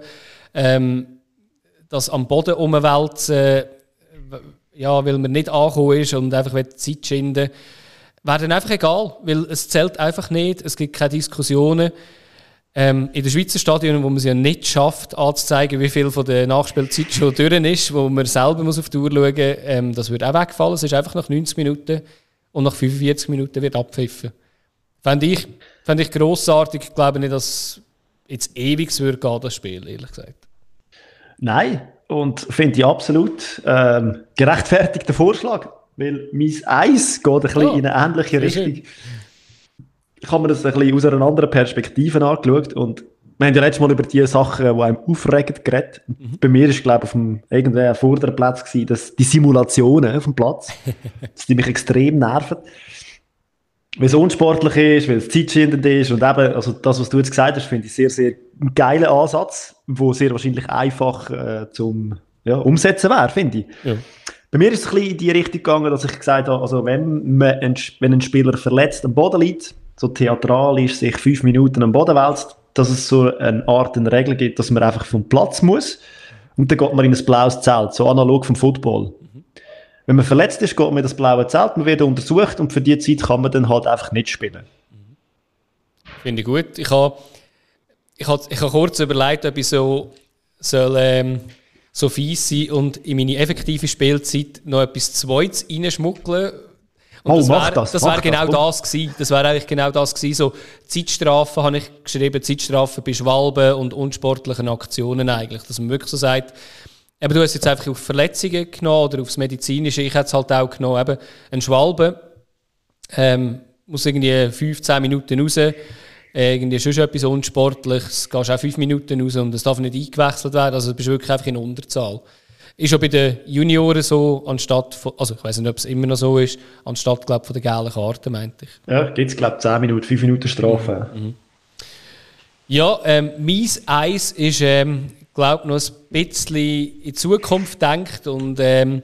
das am Boden umwälzen, ja, weil man nicht angekommen ist und einfach Zeit schinden. Wäre dann einfach egal, weil es zählt einfach nicht, es gibt keine Diskussionen. In den Schweizer Stadien, wo man es ja nicht schafft, anzuzeigen, wie viel von der Nachspielzeit schon durch ist, wo man selber muss auf die Uhr schauen muss, das würde auch wegfallen. Es ist einfach nach 90 Minuten und nach 45 Minuten wird abpfiffen. Fände ich grossartig. Ich glaube nicht, dass jetzt ewig würde gehen, das Spiel, ehrlich gesagt.
Nein, und finde ich absolut gerechtfertigten Vorschlag. Weil mein Eis geht ein bisschen in eine ähnliche Richtung. Ich habe mir das ein bisschen aus einer anderen Perspektive angeschaut und wir haben ja letztes Mal über die Sachen, die einem aufregen, geredet. Bei mir war, glaube ich, auf dem irgendeinem Vorderplatz gewesen, dass die Simulationen auf dem Platz, dass die mich extrem nerven. Weil es unsportlich ist, weil es zeitschindend ist und eben, also das, was du jetzt gesagt hast, finde ich sehr, sehr einen geilen Ansatz, der sehr wahrscheinlich einfach zum Umsetzen wäre, finde ich. Ja. Bei mir ist es ein bisschen in die Richtung gegangen, dass ich gesagt habe, also wenn ein Spieler verletzt am Boden liegt, so theatralisch sich 5 Minuten am Boden wälzt, dass es so eine Art eine Regel gibt, dass man einfach vom Platz muss und dann geht man in ein blaues Zelt, so analog vom Football. Wenn man verletzt ist, geht man in das blaue Zelt, man wird untersucht und für die Zeit kann man dann halt einfach nicht spielen.
Finde ich gut. Ich habe kurz überlegt, ob ich so fies sein und in meine effektive Spielzeit noch etwas Zweites reinschmuggeln. Und das wäre genau das gewesen. Das wäre eigentlich genau das gewesen. So Zeitstrafen habe ich geschrieben, Zeitstrafen bei Schwalben und unsportlichen Aktionen eigentlich. Dass man wirklich so sagt, eben, du hast jetzt einfach auf Verletzungen genommen oder aufs Medizinische. Ich hätte es halt auch genommen. Eben, ein Schwalbe muss irgendwie 15 Minuten raus. Irgendwie schon etwas Unsportliches, gehst auch 5 Minuten raus und es darf nicht eingewechselt werden. Also du bist wirklich einfach in Unterzahl. Ist auch bei den Junioren so, anstatt von, also ich weiss nicht, ob es immer noch so ist, anstatt, glaube ich, von der gelben Karte, meinte ich.
Ja, gibt es, glaube ich, 10 Minuten, 5 Minuten Strafe.
Ja, mein Eis ist, glaube ich, noch ein bisschen in die Zukunft gedacht und wäre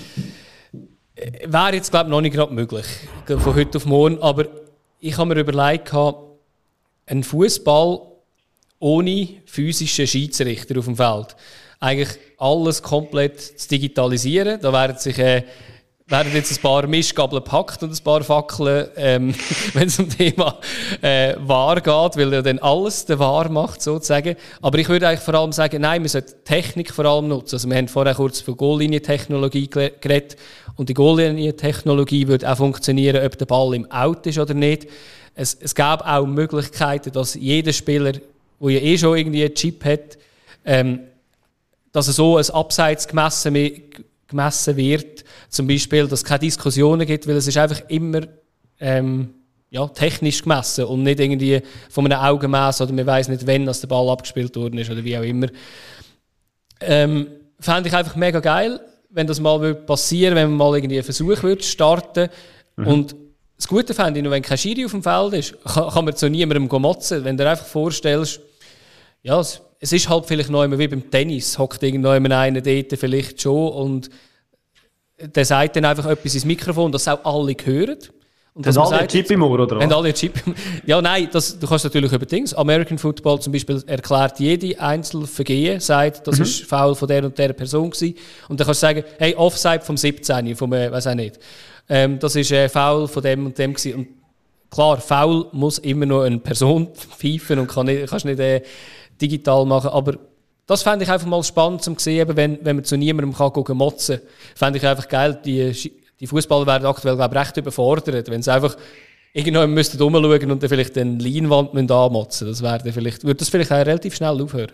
jetzt, glaube ich, noch nicht gerade möglich, von heute auf morgen. Aber ich habe mir überlegt, ein Fußball ohne physischen Schiedsrichter auf dem Feld. Eigentlich alles komplett zu digitalisieren. Da werden jetzt ein paar Mischgabeln gepackt und ein paar Fackeln, wenn es um das Thema VAR geht, weil ja dann alles der VAR macht, sozusagen. Aber ich würde eigentlich vor allem sagen, nein, wir sollten Technik vor allem nutzen. Also wir haben vorher kurz von Goal-Linie-Technologie geredet und die Goal-Linie-Technologie würde auch funktionieren, ob der Ball im Out ist oder nicht. Es gäbe auch Möglichkeiten, dass jeder Spieler, der ja schon irgendwie einen Chip hat, dass er so ein Abseits gemessen wird. Zum Beispiel, dass es keine Diskussionen gibt, weil es ist einfach immer technisch gemessen und nicht irgendwie von einem Augenmaß oder man weiss nicht, wann der Ball abgespielt worden ist oder wie auch immer. Fände ich einfach mega geil, wenn das mal passieren würde, wenn man mal irgendwie einen Versuch würde starten. Und das Gute fände ich noch, wenn kein Schiri auf dem Feld ist, kann man zu niemandem motzen. Wenn du dir einfach vorstellst, ja, es ist halt vielleicht noch immer wie beim Tennis, hockt irgendjemand einer dort vielleicht schon und der sagt dann einfach etwas ins Mikrofon, dass auch alle hören. Und
haben alle einen Chip im Ohr, oder was?
Haben alle einen Chip im Ohr? Ja, nein, du kannst natürlich über Dings. American Football zum Beispiel erklärt jede einzelne Vergehen, sagt, das ist Foul von der und der Person gewesen. Und dann kannst du sagen, hey, Offside vom 17, vom, weiß auch nicht. Das ist Foul von dem und dem gewesen. Und klar, Foul muss immer noch eine Person pfeifen und kannst nicht digital machen, aber das fände ich einfach mal spannend zu sehen, wenn man zu niemandem kann motzen kann. Fände ich einfach geil, die Fußballer werden aktuell, glaube ich, recht überfordert, wenn sie einfach irgendjemand müssten rumschauen und dann vielleicht eine Leinwand anmotzen müssen. Würde das vielleicht auch relativ schnell aufhören.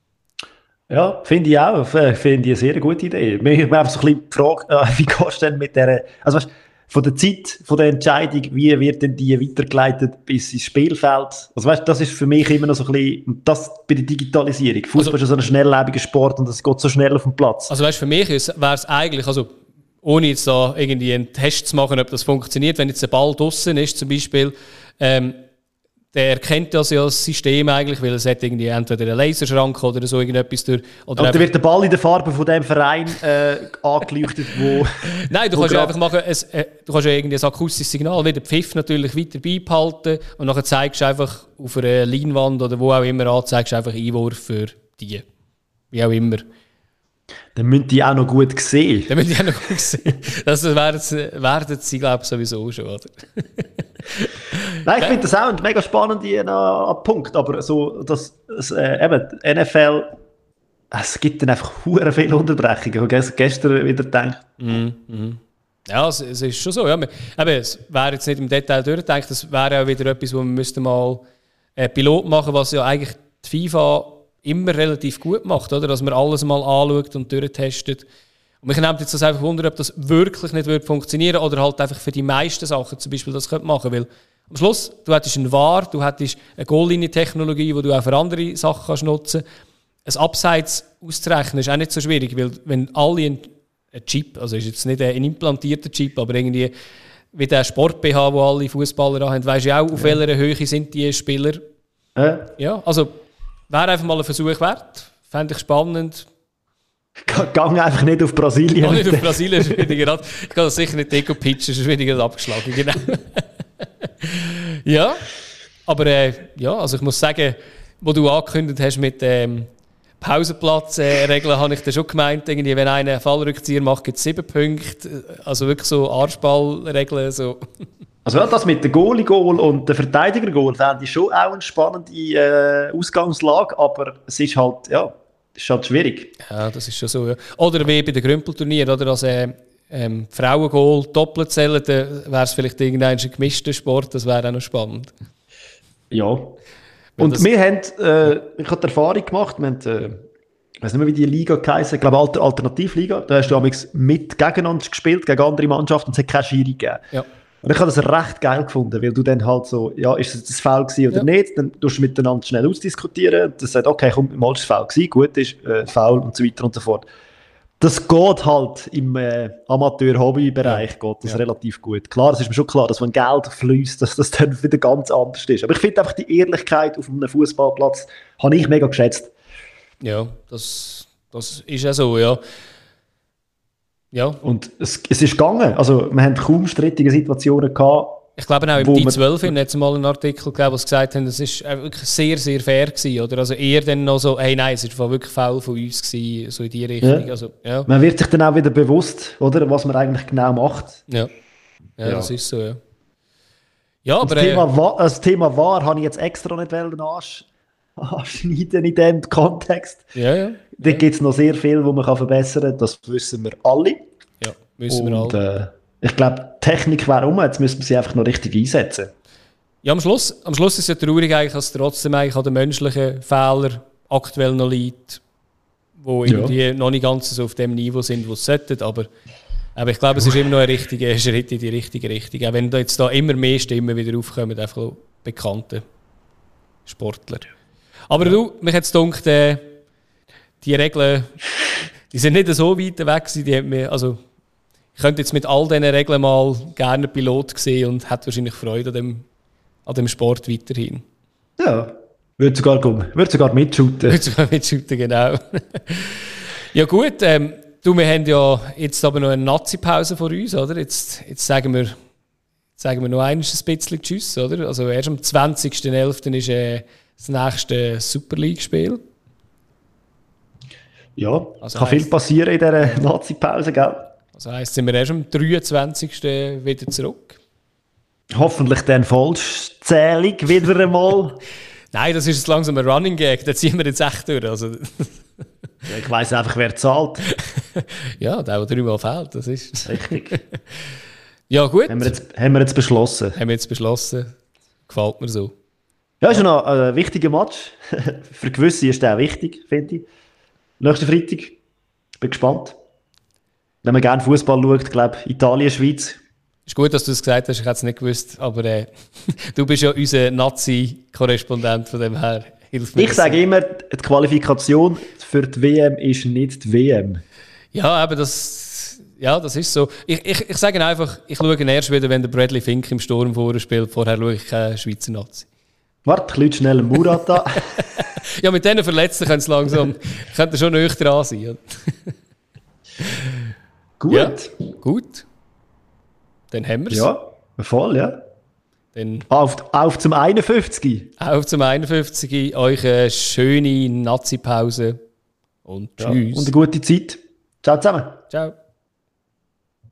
Ja, finde ich auch. Finde ich eine sehr gute Idee. Ich habe einfach so ein bisschen die Frage, wie gehst du denn mit der, also weißt, von der Zeit, von der Entscheidung, wie wird denn die weitergeleitet bis ins Spielfeld? Also weißt, das ist für mich immer noch so ein bisschen, das bei der Digitalisierung. Fußball ist ja so ein schnelllebiger Sport und es geht so schnell auf dem Platz.
Also weißt, für mich wäre es eigentlich, also ohne jetzt da irgendwie einen Test zu machen, ob das funktioniert. Wenn jetzt der Ball draussen ist, zum Beispiel, der erkennt das ja das System eigentlich, weil es hat irgendwie entweder einen Laserschrank oder so irgendetwas durch.
Oder dann wird der Ball in der Farbe von dem Verein angeleuchtet, wo...
Nein, du kannst ja einfach machen, du kannst ja irgendwie ein akustisches Signal, wie der Pfiff natürlich weiter beibehalten und nachher zeigst du einfach auf einer Leinwand oder wo auch immer an, zeigst du einfach Einwurf für die. Wie auch immer.
Dann müssen die auch noch gut sehen.
Das werden sie, glaube ich, sowieso schon, oder?
Nein, ich finde das auch ein mega spannender Punkt, aber so, dass eben, NFL, es gibt dann einfach hure viele Unterbrechungen. Ich habe gestern wieder gedacht.
Ja, es ist schon so. Ja. Es wäre jetzt nicht im Detail durchgedacht, das wäre auch wieder etwas, wo wir müssten mal Pilot machen, was ja eigentlich die FIFA immer relativ gut macht, oder? Dass man alles mal anschaut und durchtestet. Und mich nimmt jetzt das einfach Wunder, ob das wirklich nicht funktionieren würde oder halt einfach für die meisten Sachen zum Beispiel das machen könnte. Weil am Schluss, du hättest einen VAR, du hättest eine Goallinie-Technologie, die du auch für andere Sachen kannst nutzen kannst. Ein Abseits auszurechnen ist auch nicht so schwierig, weil wenn alle einen Chip, also ist jetzt nicht ein implantierter Chip, aber irgendwie wie der Sport-BH, wo alle Fußballer haben, weisst du ja auch, auf welcher Höhe sind die Spieler. Ja, also wäre einfach mal ein Versuch wert. Fände ich spannend.
Gang einfach nicht auf Brasilien.
Nicht auf Brasilien ist wieder gerade. Ich kann das sicher nicht Deko pitchen, ist wieder gerade abgeschlagen. Genau. Ja, aber ja, also ich muss sagen, wo du angekündigt hast mit Pausenplatzregeln, habe ich da schon gemeint, irgendwie, wenn einer einen Fallrückzieher macht, gibt es 7 Punkte. Also wirklich so Arschballregeln. So.
Also ja, das mit dem Goalie-Goal und dem Verteidiger-Goal fände ich schon auch eine spannende Ausgangslage, aber es ist halt, ja, ist halt schwierig.
Ja, das ist schon so, ja. Oder wie bei den Grümpelturnieren, oder als Frauengoal doppelt zählen, dann wäre es vielleicht irgendein gemischter Sport, das wäre auch noch spannend.
Ja. Und wir haben, ich habe die Erfahrung gemacht, wir haben, ich weiß nicht mehr, wie die Liga geheißen, ich glaube Alternativliga, da hast du mit gegeneinander gespielt, gegen andere Mannschaften, und es hat keine Schiri gegeben. Ja. Und ich habe das recht geil gefunden, weil du dann halt so, ja, ist es ein Foul gewesen oder nicht, dann tust du miteinander schnell ausdiskutieren, dann sagt, okay, komm, mal ist es Foul gewesen, gut ist, Foul und so weiter und so fort. Das geht halt im Amateur-Hobby-Bereich geht das relativ gut. Klar, es ist mir schon klar, dass wenn Geld fließt, dass das dann wieder ganz anders ist. Aber ich finde einfach die Ehrlichkeit auf einem Fußballplatz habe ich mega geschätzt.
Ja, das ist ja so, ja. Ja.
Und es ist gegangen. Also, wir haben kaum strittige Situationen gehabt.
Ich glaube auch im D12 hat es mal einen Artikel gegeben, wo sie gesagt haben, es war wirklich sehr, sehr fair gewesen, oder? Also eher dann noch so, hey, nein, es war wirklich faul von uns gewesen, so in die Richtung. Ja. Also, ja.
Man wird sich dann auch wieder bewusst, oder, was man eigentlich genau macht.
Ja, das ist so, ja. Ja, aber
das Thema VAR habe ich jetzt extra nicht anschneiden in diesem Kontext.
Ja.
Da gibt es noch sehr viel, was man verbessern kann, das wissen wir alle.
Ja, wissen wir alle.
Ich glaube, die Technik wäre jetzt müssen wir sie einfach noch richtig einsetzen.
Ja, am Schluss ist es ja traurig, eigentlich, dass es trotzdem eigentlich an den menschlichen Fehlern aktuell noch liegt, die irgendwie noch nicht ganz so auf dem Niveau sind, wo es sollten. Aber ich glaube, es ist immer noch ein richtiger Schritt in die richtige Richtung. Auch wenn da jetzt immer mehr Stimmen wieder aufkommen, einfach bekannte Sportler. Aber mich hat es gedacht, die Regeln, die sind nicht so weit weg gewesen, die haben mir, also ich könnte jetzt mit all diesen Regeln mal gerne Pilot sehen und hätte wahrscheinlich Freude an dem Sport weiterhin.
Ja, würde sogar mitshooten.
Würde sogar mitshooten, genau. Ja gut, wir haben ja jetzt aber noch eine Nazi-Pause vor uns, oder? Jetzt sagen wir noch ein bisschen Tschüss, oder? Also erst am 20.11. ist das nächste Super League-Spiel.
Ja, also kann viel passieren in dieser Nazi-Pause, gell?
Das heisst, sind wir erst am 23. wieder zurück.
Hoffentlich dann Vollzählung wieder einmal.
Nein, das ist jetzt langsam ein Running Gag, da ziehen wir jetzt echt durch. Also.
Ich weiss einfach, wer zahlt.
Ja, der 3-mal fehlt, das ist
richtig.
Ja, gut.
Haben wir jetzt beschlossen.
Gefällt mir so.
Ja, ist noch ein wichtiger Match. Für gewisse ist der auch wichtig, finde ich. Nächsten Freitag. Bin gespannt. Wenn man gerne Fußball schaut, glaube ich, Italien, Schweiz.
Ist gut, dass du es gesagt hast, ich hätte es nicht gewusst, aber du bist ja unser Nazi-Korrespondent, von dem her hilft mir.
Ich sage immer, die Qualifikation für die WM ist nicht die WM.
Ja, aber das Ja, das ist so. Ich sage einfach, ich schaue erst wieder, wenn der Bradley Fink im Sturm vorher spielt. Vorher schaue ich keine Schweizer Nazi.
Warte, ein bisschen schnell Murata.
Ja, mit diesen Verletzten können es langsam könnte schon näher dran sein.
Gut.
Ja, gut. Dann haben wir es.
Ja, voll, ja.
Dann
Auf zum 51.
auf zum 51. Euch eine schöne Nazi-Pause. Und tschüss.
Ja, und eine gute Zeit. Ciao zusammen.
Ciao.